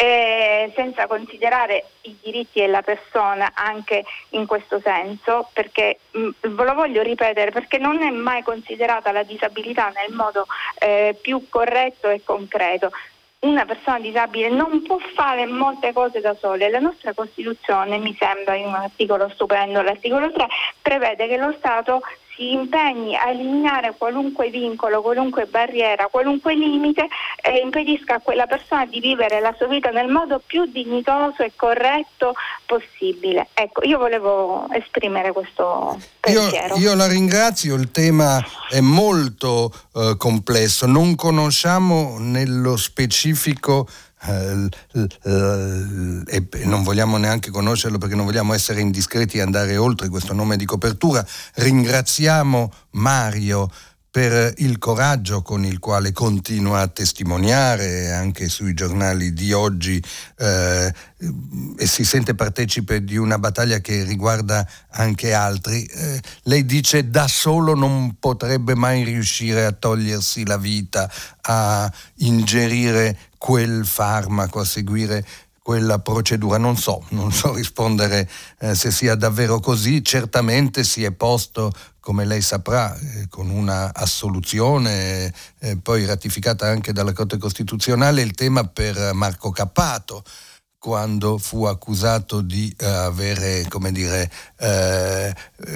e senza considerare i diritti della persona anche in questo senso, perché mh, ve lo voglio ripetere, perché non è mai considerata la disabilità nel modo eh, più corretto e concreto. Una persona disabile non può fare molte cose da sola. La nostra Costituzione, mi sembra, in un articolo stupendo, l'articolo tre, prevede che lo Stato si impegni a eliminare qualunque vincolo, qualunque barriera, qualunque limite e impedisca a quella persona di vivere la sua vita nel modo più dignitoso e corretto possibile. Ecco, io volevo esprimere questo pensiero. Io, io la ringrazio, il tema è molto eh, complesso, non conosciamo nello specifico Uh, uh, uh, e non vogliamo neanche conoscerlo perché non vogliamo essere indiscreti e andare oltre questo nome di copertura. Ringraziamo Mario per il coraggio con il quale continua a testimoniare anche sui giornali di oggi eh, e si sente partecipe di una battaglia che riguarda anche altri. Eh, lei dice da solo non potrebbe mai riuscire a togliersi la vita, a ingerire quel farmaco, a seguire quella procedura. Non so, non so rispondere eh, se sia davvero così. Certamente si è posto, come lei saprà, eh, con una assoluzione eh, poi ratificata anche dalla Corte Costituzionale, il tema per Marco Cappato, quando fu accusato di eh, avere, come dire, eh,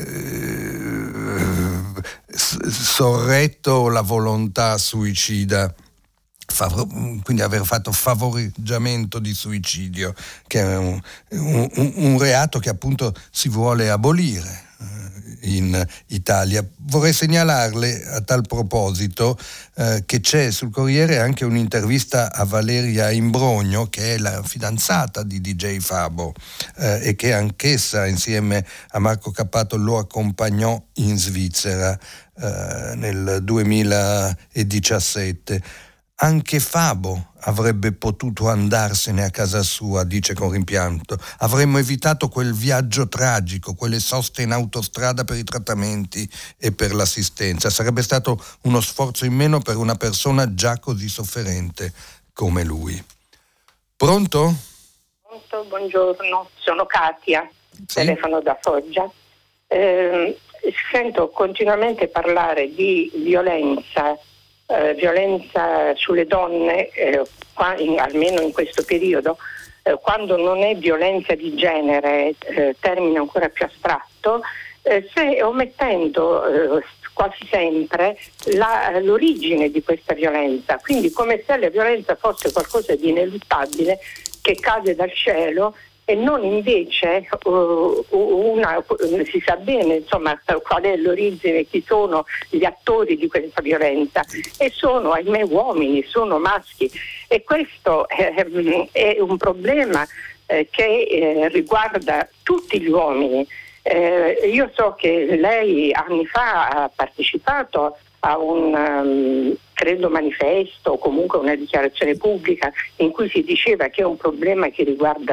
eh, sorretto la volontà suicida, quindi aver fatto favoreggiamento di suicidio, che è un, un, un reato che appunto si vuole abolire in Italia. Vorrei segnalarle a tal proposito eh, che c'è sul Corriere anche un'intervista a Valeria Imbrogno, che è la fidanzata di D J Fabo eh, e che anch'essa insieme a Marco Cappato lo accompagnò in Svizzera eh, nel duemiladiciassette. Anche Fabo avrebbe potuto andarsene a casa sua, dice con rimpianto. Avremmo evitato quel viaggio tragico, quelle soste in autostrada per i trattamenti e per l'assistenza. Sarebbe stato uno sforzo in meno per una persona già così sofferente come lui. Pronto? Pronto, buongiorno, sono Katia, sì? Telefono da Foggia. Eh, sento continuamente parlare di violenza Eh, violenza sulle donne, eh, qua in, almeno in questo periodo, eh, quando non è violenza di genere, eh, termine ancora più astratto, eh, se omettendo eh, quasi sempre la, l'origine di questa violenza, quindi come se la violenza fosse qualcosa di ineluttabile che cade dal cielo e non invece uh, una, si sa bene insomma qual è l'origine, chi sono gli attori di questa violenza, e sono ahimè uomini, sono maschi, e questo è, è un problema eh, che eh, riguarda tutti gli uomini. Eh, io so che lei anni fa ha partecipato a un um, credo manifesto o comunque una dichiarazione pubblica in cui si diceva che è un problema che riguarda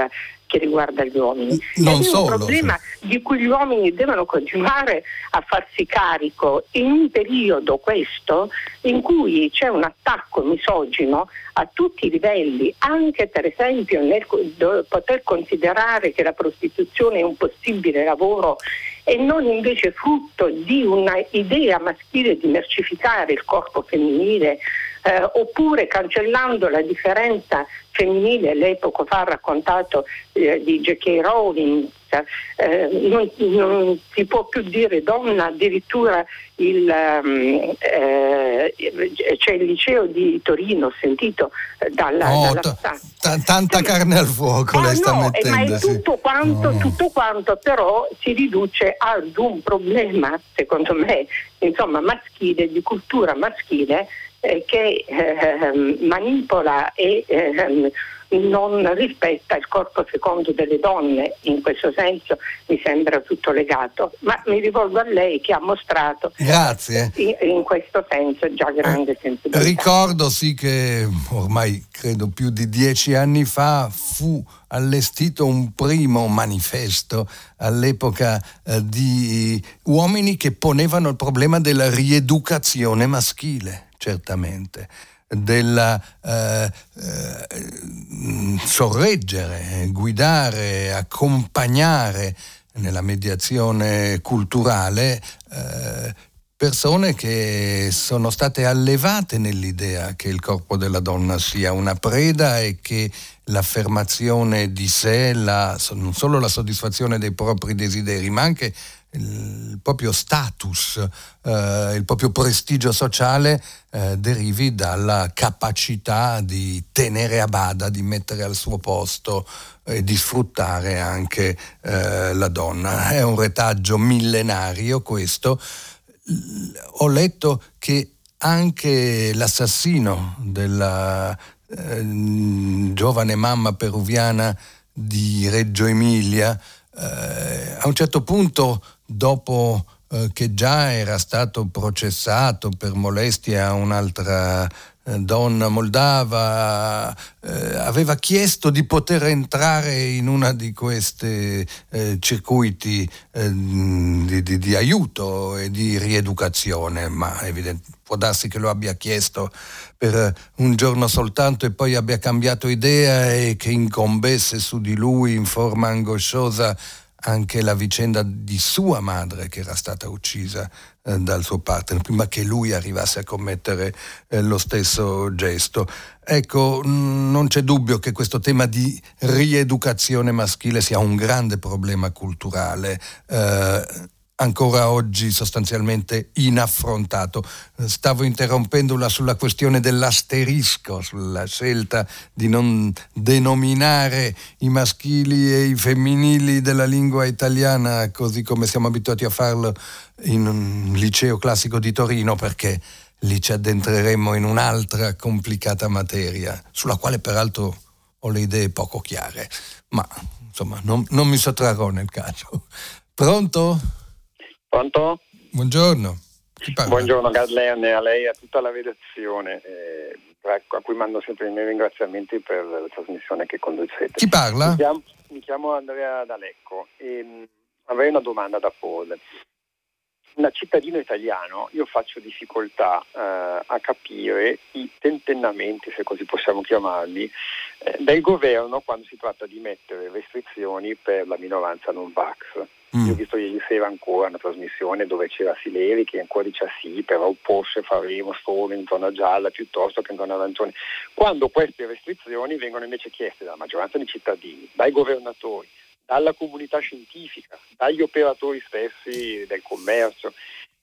che riguarda gli uomini. Non è solo, un problema sì. di cui gli uomini devono continuare a farsi carico in un periodo, questo, in cui c'è un attacco misogino a tutti i livelli, anche per esempio nel do, poter considerare che la prostituzione è un possibile lavoro e non invece frutto di una idea maschile di mercificare il corpo femminile, eh, oppure cancellando la differenza femminile. Lei poco fa ha raccontato eh, di J K. Rowling, eh, non, non si può più dire donna, addirittura il, um, eh, c'è il liceo di Torino, ho sentito eh, dalla, oh, dalla t- t- tanta sì, carne al fuoco oh, lei sta no, mettendo, ma è tutto quanto, no. tutto quanto però si riduce ad un problema, secondo me, insomma, maschile, di cultura maschile, eh, che eh, manipola e eh, non rispetta il corpo secondo delle donne. In questo senso mi sembra tutto legato, ma mi rivolgo a lei che ha mostrato Grazie. in, in questo senso già grande sensibilità. Ricordo sì che ormai credo più di dieci anni fa fu allestito un primo manifesto all'epoca eh, di uomini che ponevano il problema della rieducazione maschile, certamente, della eh, eh, sorreggere, guidare, accompagnare nella mediazione culturale eh, persone che sono state allevate nell'idea che il corpo della donna sia una preda e che l'affermazione di sé, la, non solo la soddisfazione dei propri desideri, ma anche il proprio status, eh, il proprio prestigio sociale eh, derivi dalla capacità di tenere a bada, di mettere al suo posto e di sfruttare anche eh, la donna. È un retaggio millenario questo. Ho letto che anche l'assassino della eh, giovane mamma peruviana di Reggio Emilia eh, a un certo punto, dopo eh, che già era stato processato per molestia a un'altra eh, donna moldava, eh, aveva chiesto di poter entrare in una di questi eh, circuiti eh, di, di, di aiuto e di rieducazione, ma evidente, può darsi che lo abbia chiesto per un giorno soltanto e poi abbia cambiato idea e che incombesse su di lui in forma angosciosa anche la vicenda di sua madre che era stata uccisa eh, dal suo partner prima che lui arrivasse a commettere eh, lo stesso gesto. Ecco, mh, non c'è dubbio che questo tema di rieducazione maschile sia un grande problema culturale eh, ancora oggi sostanzialmente inaffrontato. Stavo interrompendola sulla questione dell'asterisco, sulla scelta di non denominare i maschili e i femminili della lingua italiana così come siamo abituati a farlo in un liceo classico di Torino, perché lì ci addentreremmo in un'altra complicata materia, sulla quale peraltro ho le idee poco chiare, ma insomma non, non mi sottrarrò nel caso. Pronto? Pronto? Buongiorno. Buongiorno Gad Lerner, a lei e a tutta la redazione, eh, a cui mando sempre i miei ringraziamenti per la trasmissione che conducete. Chi parla? Mi chiamo, mi chiamo Andrea D'Alecco e mh, avrei una domanda da porle. Da cittadino italiano io faccio difficoltà eh, a capire i tentennamenti, se così possiamo chiamarli, eh, del governo quando si tratta di mettere restrizioni per la minoranza non vax. Mm. Io ho visto ieri sera ancora una trasmissione dove c'era Sileri che ancora dice sì, però forse faremo solo in zona gialla piuttosto che in zona arancione, quando queste restrizioni vengono invece chieste dalla maggioranza dei cittadini, dai governatori, dalla comunità scientifica, dagli operatori stessi del commercio.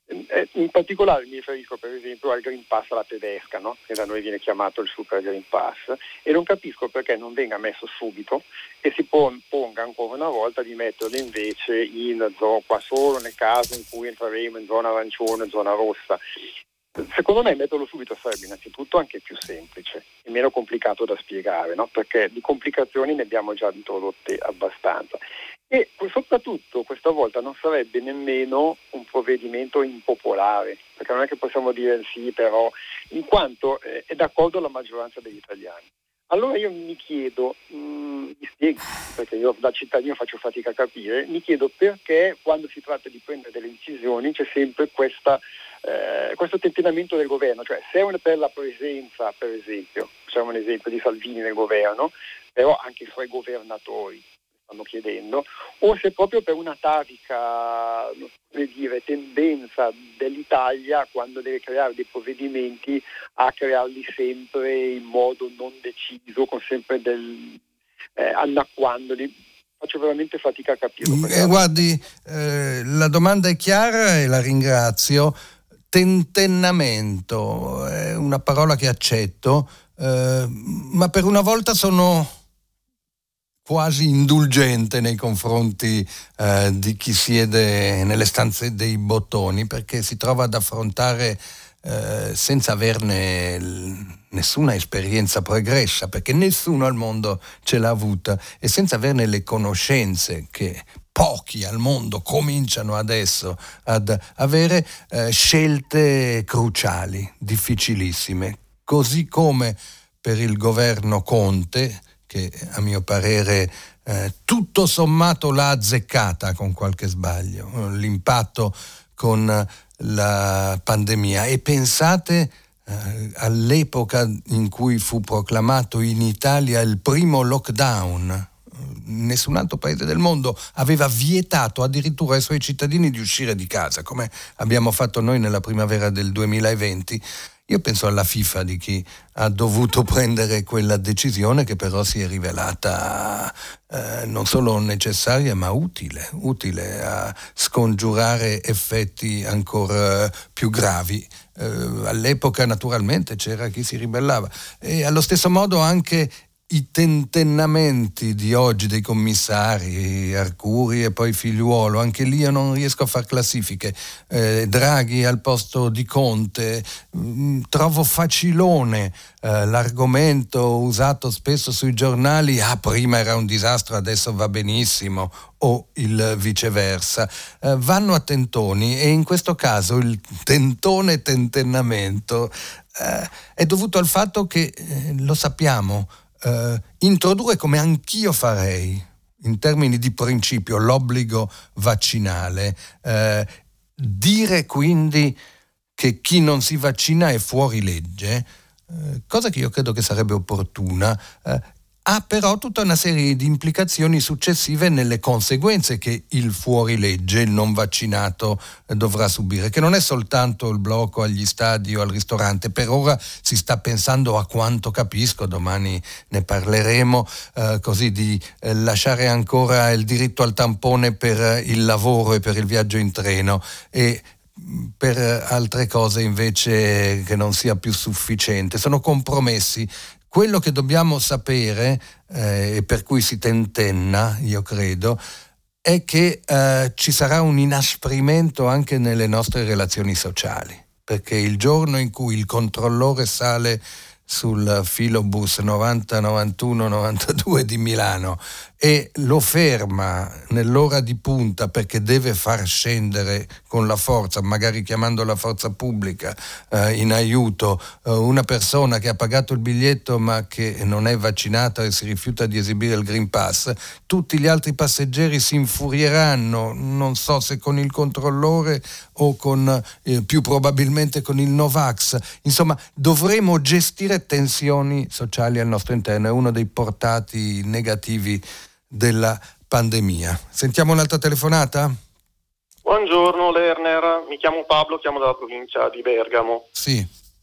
In particolare mi riferisco per esempio al Green Pass alla tedesca, no? Che da noi viene chiamato il Super Green Pass, e non capisco perché non venga messo subito e si ponga ancora una volta di metterlo invece in zona, qua solo nel caso in cui entreremo in zona arancione, zona rossa. Secondo me metterlo subito sarebbe innanzitutto anche più semplice e meno complicato da spiegare, no? Perché di complicazioni ne abbiamo già introdotte abbastanza. E soprattutto questa volta non sarebbe nemmeno un provvedimento impopolare, perché non è che possiamo dire sì, però, in quanto è d'accordo la maggioranza degli italiani. Allora io mi chiedo, mh, spieghi, perché io da cittadino faccio fatica a capire, mi chiedo perché quando si tratta di prendere delle decisioni c'è sempre questa, eh, questo tentennamento del governo, cioè se è per la presenza, per esempio, facciamo un esempio di Salvini nel governo, però anche i suoi governatori stanno chiedendo, o se proprio per una atavica, come dire, tendenza dell'Italia quando deve creare dei provvedimenti a crearli sempre in modo non deciso, con sempre del eh, annacquandoli. Faccio veramente fatica a capire. Eh, guardi, eh, la domanda è chiara e la ringrazio. Tentennamento è una parola che accetto, eh, ma per una volta sono quasi indulgente nei confronti eh, di chi siede nelle stanze dei bottoni, perché si trova ad affrontare eh, senza averne l- nessuna esperienza pregressa, perché nessuno al mondo ce l'ha avuta, e senza averne le conoscenze che pochi al mondo cominciano adesso ad avere, eh, scelte cruciali, difficilissime, così come per il governo Conte, che a mio parere eh, tutto sommato l'ha azzeccata con qualche sbaglio, l'impatto con la pandemia. E pensate eh, all'epoca in cui fu proclamato in Italia il primo lockdown. Nessun altro paese del mondo aveva vietato addirittura ai suoi cittadini di uscire di casa, come abbiamo fatto noi nella primavera del duemilaventi. Io penso alla FIFA di chi ha dovuto prendere quella decisione, che però si è rivelata eh, non solo necessaria ma utile, utile a scongiurare effetti ancora più gravi. Eh, all'epoca naturalmente c'era chi si ribellava, e allo stesso modo anche i tentennamenti di oggi dei commissari Arcuri e poi Figliuolo, anche lì io non riesco a far classifiche. eh, Draghi al posto di Conte, mh, trovo facilone eh, l'argomento usato spesso sui giornali: ah, prima era un disastro, adesso va benissimo, o il viceversa. Eh, vanno a tentoni, e in questo caso il tentone tentennamento eh, è dovuto al fatto che, eh, lo sappiamo, Uh, introdurre, come anch'io farei in termini di principio, l'obbligo vaccinale, uh, dire quindi che chi non si vaccina è fuori legge, uh, cosa che io credo che sarebbe opportuna, uh, ha però tutta una serie di implicazioni successive nelle conseguenze che il fuorilegge, il non vaccinato, dovrà subire, che non è soltanto il blocco agli stadi o al ristorante. Per ora si sta pensando, a quanto capisco, domani ne parleremo, eh, così di eh, lasciare ancora il diritto al tampone per il lavoro e per il viaggio in treno, e per altre cose invece che non sia più sufficiente. Sono compromessi. Quello che dobbiamo sapere, eh, e per cui si tentenna, io credo, è che eh, ci sarà un inasprimento anche nelle nostre relazioni sociali, perché il giorno in cui il controllore sale sul filobus novanta, novantuno, novantadue di Milano e lo ferma nell'ora di punta perché deve far scendere con la forza, magari chiamando la forza pubblica eh, in aiuto, eh, una persona che ha pagato il biglietto ma che non è vaccinata e si rifiuta di esibire il Green Pass, tutti gli altri passeggeri si infurieranno, non so se con il controllore o con eh, più probabilmente con il Novax. Insomma, dovremo gestire tensioni sociali al nostro interno, è uno dei portati negativi della pandemia. Sentiamo un'altra telefonata? Buongiorno Lerner, mi chiamo Pablo, chiamo dalla provincia di Bergamo. Sì.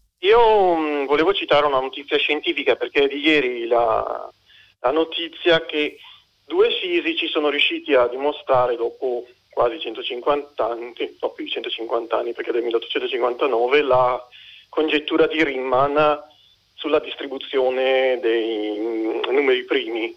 Io mh, volevo citare una notizia scientifica, perché di ieri la, la notizia che due fisici sono riusciti a dimostrare dopo quasi centocinquanta anni, no più di centocinquanta anni perché è del milleottocentocinquantanove, la congettura di Riemann sulla distribuzione dei numeri primi.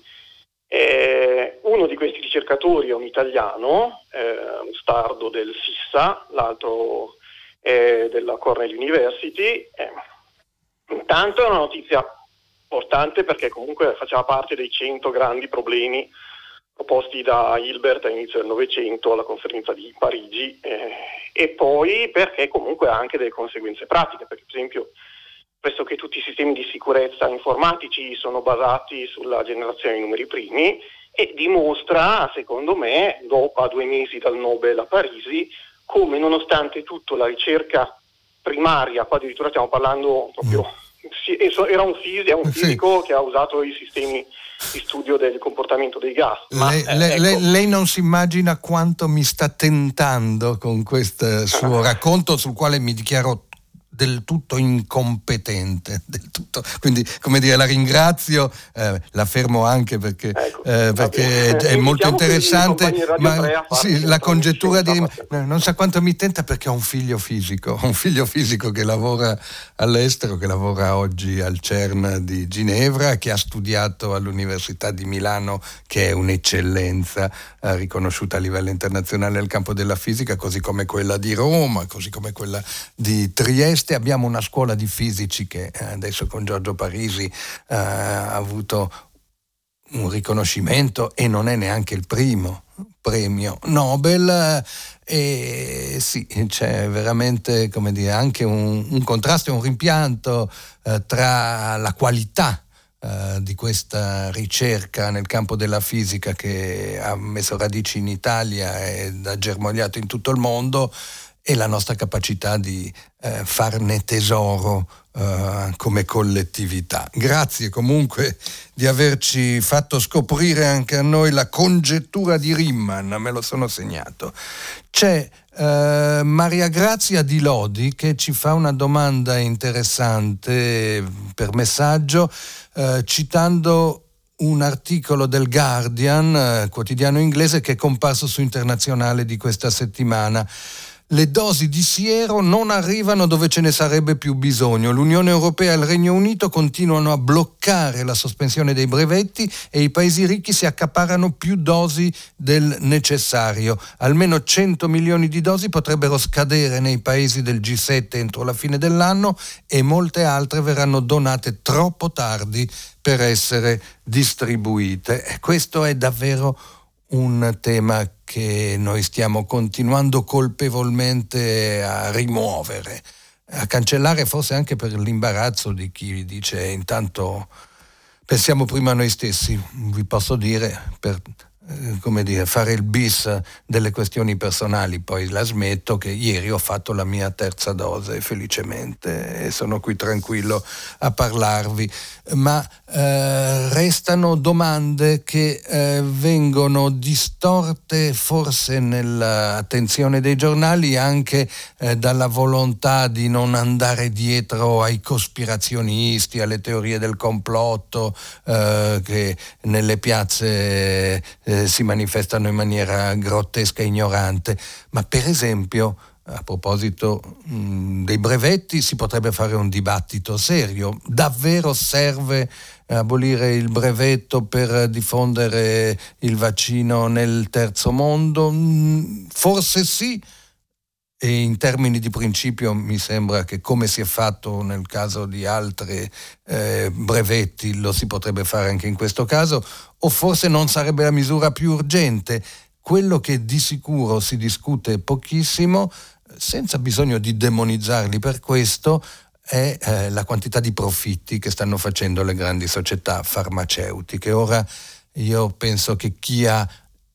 Eh, uno di questi ricercatori è un italiano, eh, un stardo del SISSA, l'altro è della Cornell University. Eh, intanto è una notizia importante, perché comunque faceva parte dei cento grandi problemi proposti da Hilbert all'inizio del Novecento alla conferenza di Parigi, eh, e poi perché comunque ha anche delle conseguenze pratiche, perché per esempio pressoché tutti i sistemi di sicurezza informatici sono basati sulla generazione di numeri primi, e dimostra, secondo me, dopo a due mesi dal Nobel a Parisi, come nonostante tutto la ricerca primaria, qua addirittura stiamo parlando proprio, mm. era un, fisico, è un fisico sì. che ha usato i sistemi di studio del comportamento dei gas. Ma, lei, eh, lei, ecco. lei, lei non si immagina quanto mi sta tentando con questo suo racconto, sul quale mi dichiaro del tutto incompetente, del tutto. Quindi, come dire, la ringrazio, eh, la fermo anche perché, ecco, eh, perché è, è molto interessante, ma sì, la congettura di non sa quanto mi tenta, perché ho un figlio fisico, un figlio fisico che lavora all'estero, che lavora oggi al CERN di Ginevra, che ha studiato all'Università di Milano, che è un'eccellenza eh, riconosciuta a livello internazionale nel campo della fisica, così come quella di Roma, così come quella di Trieste. Abbiamo una scuola di fisici che adesso con Giorgio Parisi eh, ha avuto un riconoscimento, e non è neanche il primo premio Nobel, e sì, c'è veramente, come dire, anche un, un contrasto e un rimpianto eh, tra la qualità Uh, di questa ricerca nel campo della fisica, che ha messo radici in Italia ed ha germogliato in tutto il mondo, e la nostra capacità di uh, farne tesoro uh, come collettività. Grazie comunque di averci fatto scoprire anche a noi la congettura di Riemann, me lo sono segnato. C'è Uh, Maria Grazia Di Lodi che ci fa una domanda interessante per messaggio, uh, citando un articolo del Guardian, uh, quotidiano inglese, che è comparso su Internazionale di questa settimana. Le dosi di siero non arrivano dove ce ne sarebbe più bisogno. L'Unione Europea e il Regno Unito continuano a bloccare la sospensione dei brevetti, e i paesi ricchi si accaparrano più dosi del necessario. Almeno cento milioni di dosi potrebbero scadere nei paesi del G sette entro la fine dell'anno, e molte altre verranno donate troppo tardi per essere distribuite. E questo è davvero un tema che noi stiamo continuando colpevolmente a rimuovere, a cancellare, forse anche per l'imbarazzo di chi dice intanto pensiamo prima a noi stessi. Vi posso dire, per eh, come dire, fare il bis delle questioni personali, poi la smetto, che ieri ho fatto la mia terza dose felicemente e sono qui tranquillo a parlarvi, ma eh, restano domande che eh, vengono distorte forse nell'attenzione dei giornali anche eh, dalla volontà di non andare dietro ai cospirazionisti, alle teorie del complotto eh, che nelle piazze eh, si manifestano in maniera grottesca e ignorante. Ma per esempio, a proposito mh, dei brevetti, si potrebbe fare un dibattito serio. Davvero serve abolire il brevetto per diffondere il vaccino nel terzo mondo? Mh, forse sì, e in termini di principio mi sembra che, come si è fatto nel caso di altri eh, brevetti, lo si potrebbe fare anche in questo caso, o forse non sarebbe la misura più urgente. Quello che di sicuro si discute pochissimo, senza bisogno di demonizzarli per questo, è eh, la quantità di profitti che stanno facendo le grandi società farmaceutiche. Ora io penso che chi ha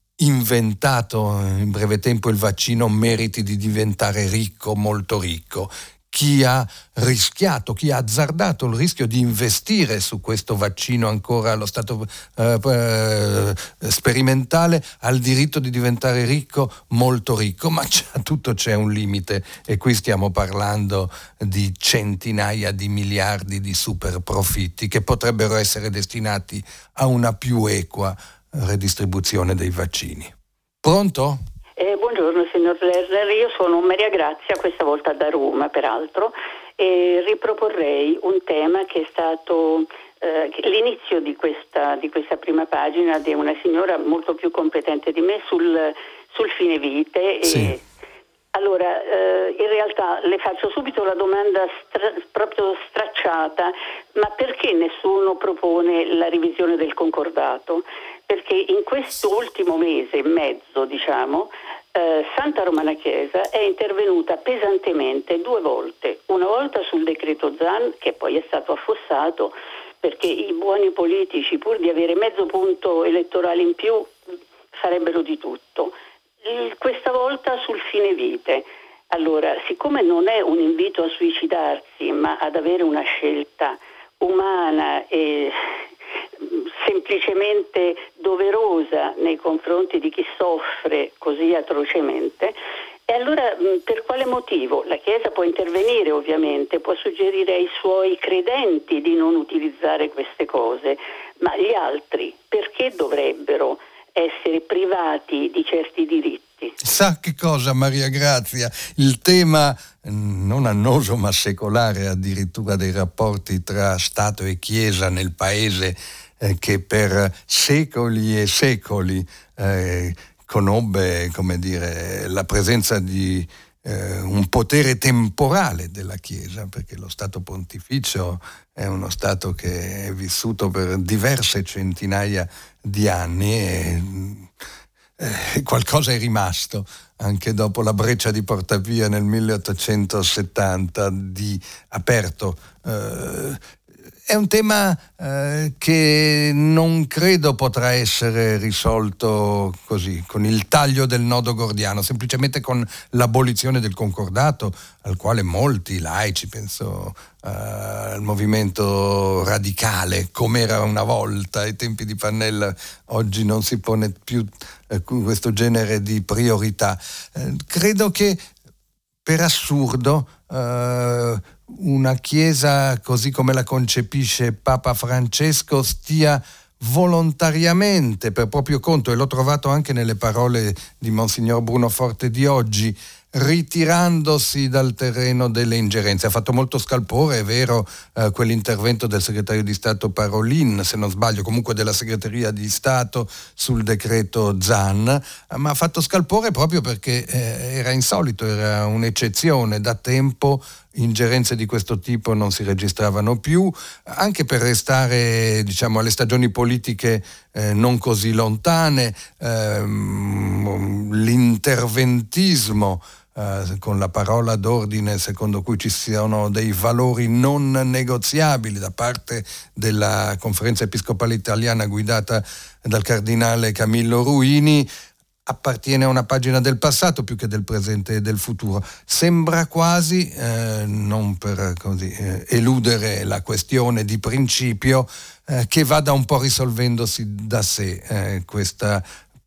inventato in breve tempo il vaccino meriti di diventare ricco, molto ricco. Chi ha rischiato, chi ha azzardato il rischio di investire su questo vaccino ancora allo stato eh, eh, sperimentale ha il diritto di diventare ricco, molto ricco, ma a tutto c'è un limite, e qui stiamo parlando di centinaia di miliardi di super profitti che potrebbero essere destinati a una più equa redistribuzione dei vaccini. Pronto? Eh, buongiorno signor Lerner, io sono Maria Grazia, questa volta da Roma peraltro, e riproporrei un tema che è stato eh, l'inizio di questa, di questa prima pagina di una signora molto più competente di me sul, sul fine vite. E sì. Allora, eh, in realtà le faccio subito la domanda stra- proprio stracciata, ma perché nessuno propone la revisione del concordato? Perché in questo ultimo mese e mezzo, diciamo, eh, Santa Romana Chiesa è intervenuta pesantemente due volte, una volta sul decreto Zan, che poi è stato affossato perché i buoni politici, pur di avere mezzo punto elettorale in più, farebbero di tutto. Il, questa volta sul fine vite. Allora, siccome non è un invito a suicidarsi, ma ad avere una scelta umana e semplicemente doverosa nei confronti di chi soffre così atrocemente, e allora per quale motivo? La Chiesa può intervenire, ovviamente, può suggerire ai suoi credenti di non utilizzare queste cose, ma gli altri perché dovrebbero essere privati di certi diritti? Sa che cosa, Maria Grazia? Il tema non annoso ma secolare addirittura dei rapporti tra Stato e Chiesa nel paese eh, che per secoli e secoli eh, conobbe, come dire, la presenza di eh, un potere temporale della Chiesa, perché lo Stato Pontificio è uno Stato che è vissuto per diverse centinaia di anni e eh, qualcosa è rimasto anche dopo la breccia di Portapia nel milleottocentosettanta di aperto. Eh, È un tema eh, che non credo potrà essere risolto così, con il taglio del nodo gordiano, semplicemente con l'abolizione del concordato, al quale molti laici, penso eh, al movimento radicale, come era una volta ai tempi di Pannella, oggi non si pone più eh, questo genere di priorità. Eh, credo che per assurdo eh, una Chiesa così come la concepisce Papa Francesco stia volontariamente, per proprio conto, e l'ho trovato anche nelle parole di Monsignor Bruno Forte di oggi, ritirandosi dal terreno delle ingerenze. Ha fatto molto scalpore, è vero, eh, quell'intervento del segretario di Stato Parolin, se non sbaglio, comunque della segreteria di Stato sul decreto Zan, ma ha fatto scalpore proprio perché eh, era insolito, era un'eccezione. Da tempo ingerenze di questo tipo non si registravano più, anche per restare, diciamo, alle stagioni politiche eh, non così lontane. Ehm, l'interventismo Uh, con la parola d'ordine secondo cui ci siano dei valori non negoziabili da parte della Conferenza Episcopale Italiana guidata dal cardinale Camillo Ruini, appartiene a una pagina del passato più che del presente e del futuro. Sembra quasi, eh, non per così eh, eludere la questione di principio, eh, che vada un po' risolvendosi da sé eh, questa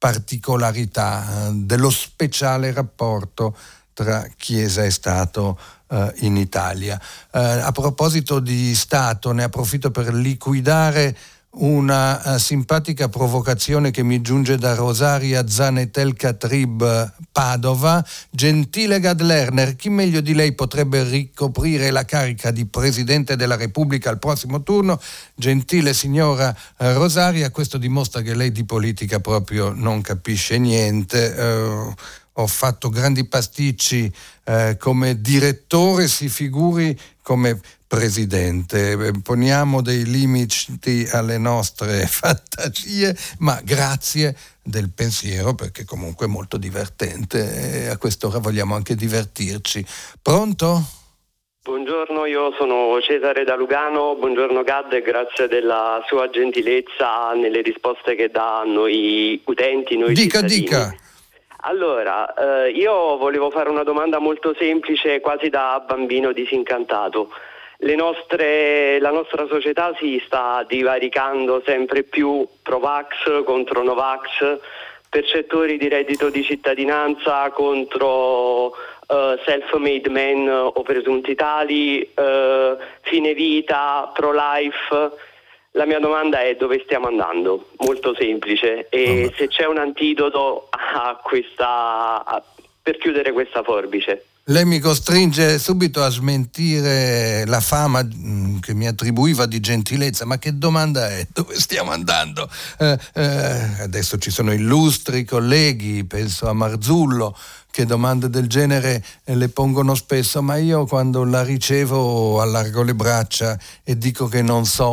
particolarità dello speciale rapporto tra Chiesa e Stato uh, in Italia. Uh, a proposito di Stato, ne approfitto per liquidare una uh, simpatica provocazione che mi giunge da Rosaria Zanetel Catrib Padova. Gentile Gad Lerner, chi meglio di lei potrebbe ricoprire la carica di Presidente della Repubblica al prossimo turno? Gentile signora uh, Rosaria, questo dimostra che lei di politica proprio non capisce niente. Uh, ho fatto grandi pasticci eh, come direttore, si figuri come presidente. Poniamo dei limiti alle nostre fantasie, ma grazie del pensiero, perché comunque è molto divertente e a quest'ora vogliamo anche divertirci. Pronto? Buongiorno, io sono Cesare da Lugano. Buongiorno Gad, e grazie della sua gentilezza nelle risposte che dà a noi utenti, noi dica, cittadini. Dica. Allora, eh, io volevo fare una domanda molto semplice, quasi da bambino disincantato. Le nostre, la nostra società si sta divaricando sempre più pro-vax contro no-vax, percettori di reddito di cittadinanza contro uh, self-made men o presunti tali, uh, fine vita, pro-life. La mia domanda è: dove stiamo andando? Molto semplice. E se c'è un antidoto a questa, a, per chiudere questa forbice. Lei mi costringe subito a smentire la fama mh, che mi attribuiva di gentilezza, ma che domanda è? Dove stiamo andando? Eh, eh, adesso ci sono illustri colleghi, penso a Marzullo, che domande del genere le pongono spesso, ma io quando la ricevo allargo le braccia e dico che non so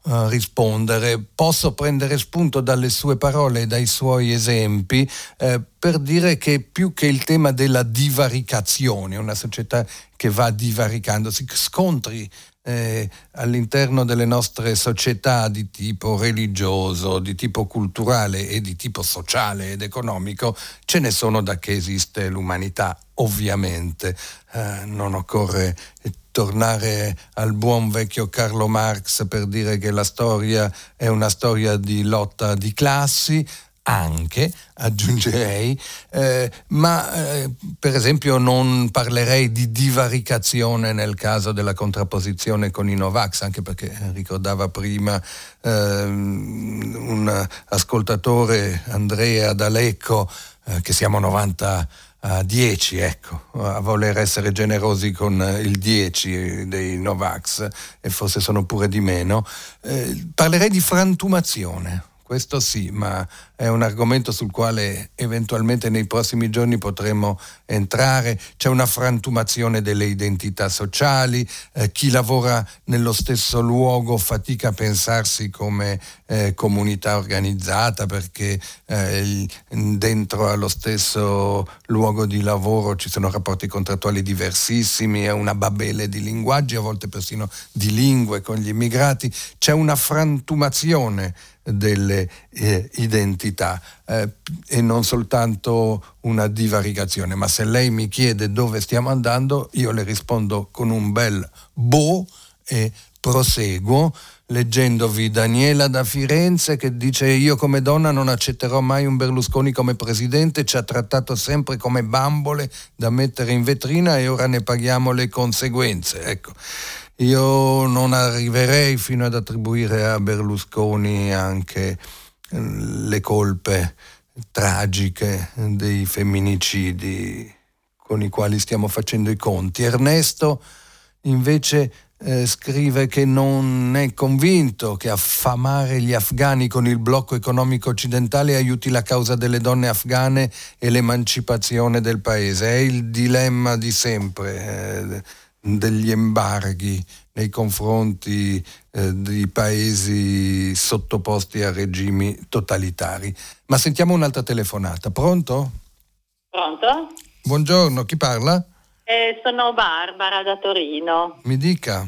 uh, rispondere. Posso prendere spunto dalle sue parole e dai suoi esempi eh, per dire che più che il tema della divaricazione, una società che va divaricando, si scontri Eh, all'interno delle nostre società di tipo religioso, di tipo culturale e di tipo sociale ed economico, ce ne sono da che esiste l'umanità, ovviamente. Eh, non occorre tornare al buon vecchio Carlo Marx per dire che la storia è una storia di lotta di classi, anche, aggiungerei, eh, ma eh, per esempio non parlerei di divaricazione nel caso della contrapposizione con i Novax, anche perché ricordava prima eh, un ascoltatore, Andrea D'Alecco, eh, che siamo novanta a dieci, ecco, a voler essere generosi con il dieci dei Novax, e forse sono pure di meno. Eh, parlerei di frantumazione. Questo sì, ma è un argomento sul quale eventualmente nei prossimi giorni potremo entrare. C'è una frantumazione delle identità sociali, eh, chi lavora nello stesso luogo fatica a pensarsi come eh, comunità organizzata, perché eh, dentro allo stesso luogo di lavoro ci sono rapporti contrattuali diversissimi, è una babele di linguaggi, a volte persino di lingue con gli immigrati. C'è una frantumazione delle eh, identità eh, e non soltanto una divaricazione. Ma se lei mi chiede dove stiamo andando, io le rispondo con un bel boh e proseguo leggendovi Daniela da Firenze, che dice: io come donna non accetterò mai un Berlusconi come presidente, ci ha trattato sempre come bambole da mettere in vetrina e ora ne paghiamo le conseguenze. Ecco, io non arriverei fino ad attribuire a Berlusconi anche le colpe tragiche dei femminicidi con i quali stiamo facendo i conti. Ernesto invece eh, scrive che non è convinto che affamare gli afghani con il blocco economico occidentale aiuti la causa delle donne afghane e l'emancipazione del paese. È il dilemma di sempre eh, degli embarghi nei confronti eh, di paesi sottoposti a regimi totalitari. Ma sentiamo un'altra telefonata. Pronto? Pronto? Buongiorno, chi parla? Eh, sono Barbara da Torino. Mi dica.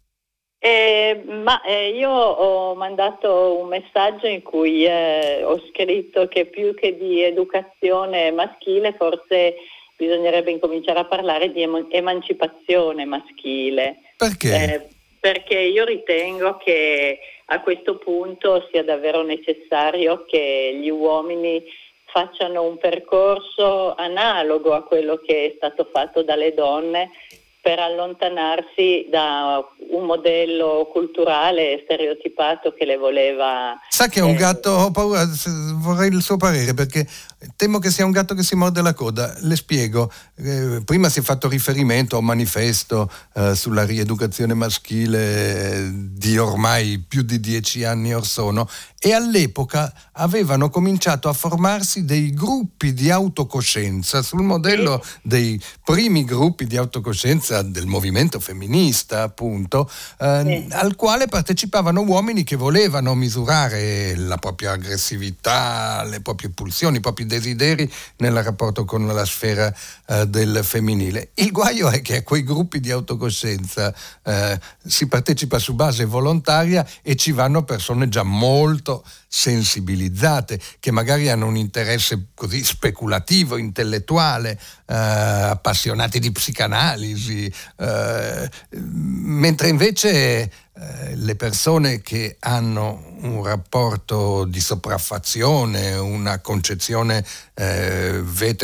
Eh, ma eh, io ho mandato un messaggio in cui eh, ho scritto che più che di educazione maschile forse bisognerebbe incominciare a parlare di em- emancipazione maschile. Perché? Eh, perché io ritengo che a questo punto sia davvero necessario che gli uomini facciano un percorso analogo a quello che è stato fatto dalle donne per allontanarsi da un modello culturale stereotipato che le voleva... Sa che è un gatto, ho paura, vorrei il suo parere, perché temo che sia un gatto che si morde la coda. Le spiego, eh, prima si è fatto riferimento a un manifesto eh, sulla rieducazione maschile di ormai più di dieci anni or sono, e all'epoca avevano cominciato a formarsi dei gruppi di autocoscienza sul modello dei primi gruppi di autocoscienza del movimento femminista, appunto, eh, sì. al quale partecipavano uomini che volevano misurare la propria aggressività, le proprie pulsioni, i propri desideri nel rapporto con la sfera eh, del femminile. Il guaio è che a quei gruppi di autocoscienza eh, si partecipa su base volontaria e ci vanno persone già molto sensibilizzate, che magari hanno un interesse così speculativo, intellettuale, eh, appassionati di psicanalisi, eh, mentre invece eh, le persone che hanno un rapporto di sopraffazione, una concezione eh,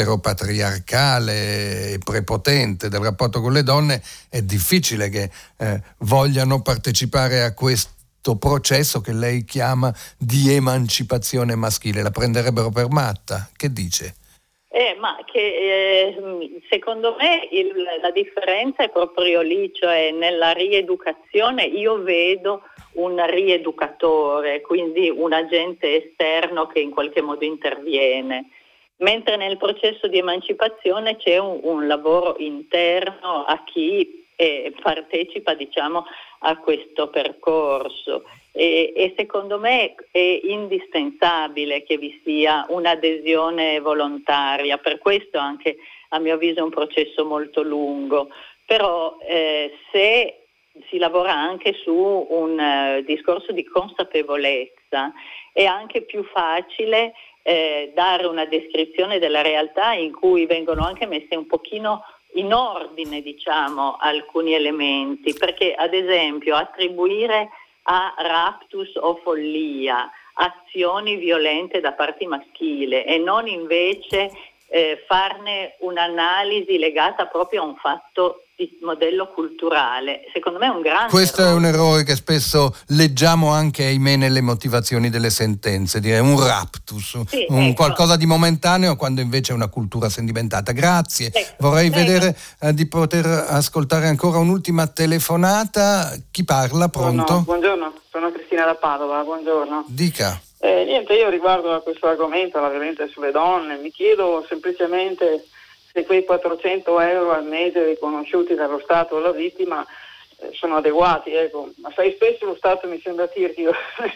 veteropatriarcale e prepotente del rapporto con le donne, è difficile che eh, vogliano partecipare a questo processo che lei chiama di emancipazione maschile. La prenderebbero per matta? Che dice? Eh, ma che eh, secondo me il, la differenza è proprio lì, cioè nella rieducazione io vedo un rieducatore, quindi un agente esterno che in qualche modo interviene, mentre nel processo di emancipazione c'è un, un lavoro interno a chi eh, partecipa, diciamo, a questo percorso. e, e secondo me è indispensabile che vi sia un'adesione volontaria, per questo anche a mio avviso è un processo molto lungo, però eh, se si lavora anche su un uh, discorso di consapevolezza è anche più facile eh, dare una descrizione della realtà in cui vengono anche messe un pochino in ordine, diciamo, alcuni elementi, perché ad esempio attribuire a raptus o follia azioni violente da parte maschile e non invece eh, farne un'analisi legata proprio a un fatto di modello culturale, secondo me è un grande questo errore. È un errore che spesso leggiamo anche, ahimè, nelle motivazioni delle sentenze, dire un raptus, sì, un ecco. qualcosa di momentaneo, quando invece è una cultura sedimentata. Grazie, ecco, vorrei prego. vedere eh, di poter ascoltare ancora un'ultima telefonata. Chi parla? Pronto? Buongiorno, buongiorno. Sono Cristina da Padova, buongiorno. Dica. Eh, niente, io riguardo a questo argomento, la violenza sulle donne, mi chiedo semplicemente se quei quattrocento euro al mese riconosciuti dallo Stato alla vittima eh, sono adeguati, ecco. Ma sai, spesso lo Stato mi sembra tirato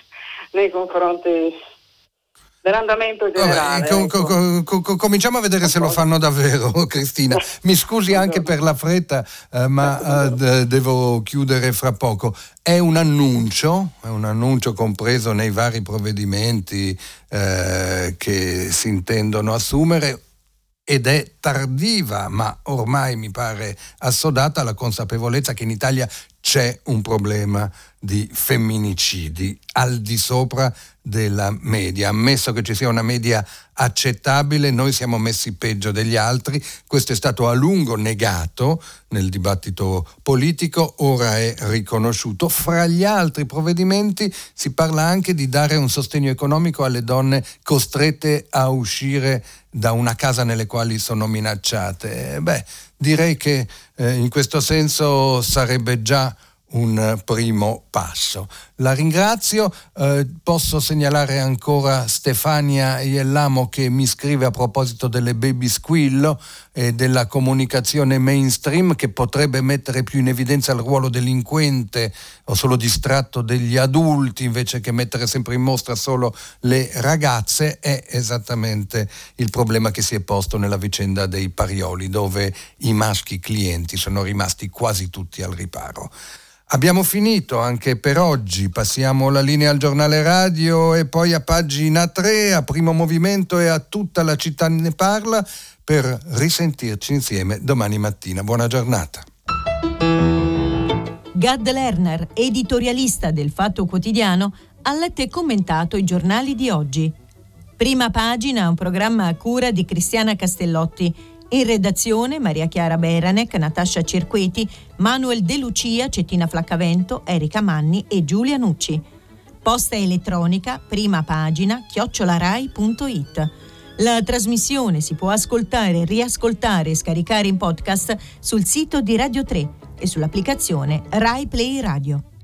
nei confronti dell'andamento generale. Vabbè, ecco. com- com- com- cominciamo a vedere se lo fanno davvero, Cristina. Mi scusi anche per la fretta, eh, ma eh, d- devo chiudere fra poco. È un annuncio, è un annuncio compreso nei vari provvedimenti eh, che si intendono assumere, ed è tardiva, ma ormai mi pare assodata la consapevolezza che in Italia c'è un problema di femminicidi al di sopra della media. Ammesso che ci sia una media accettabile, noi siamo messi peggio degli altri. Questo è stato a lungo negato nel dibattito politico, ora è riconosciuto. Fra gli altri provvedimenti si parla anche di dare un sostegno economico alle donne costrette a uscire da una casa nelle quali sono minacciate. Beh, direi che eh, in questo senso sarebbe già un primo passo. La ringrazio, eh, posso segnalare ancora Stefania Iellamo che mi scrive a proposito delle baby squillo e della comunicazione mainstream che potrebbe mettere più in evidenza il ruolo delinquente o solo distratto degli adulti invece che mettere sempre in mostra solo le ragazze. È esattamente il problema che si è posto nella vicenda dei Parioli, dove i maschi clienti sono rimasti quasi tutti al riparo. Abbiamo finito anche per oggi, passiamo la linea al giornale radio e poi a pagina tre, a Primo Movimento e a Tutta la città ne parla, per risentirci insieme domani mattina. Buona giornata. Gad Lerner, editorialista del Fatto Quotidiano, ha letto e commentato i giornali di oggi. Prima pagina, un programma a cura di Cristiana Castellotti. In redazione Maria Chiara Beranec, Natascia Cerqueti, Manuel De Lucia, Cettina Flaccavento, Erika Manni e Giulia Nucci. Posta elettronica, prima pagina, chiocciolarai punto it. La trasmissione si può ascoltare, riascoltare e scaricare in podcast sul sito di Radio tre e sull'applicazione Rai Play Radio.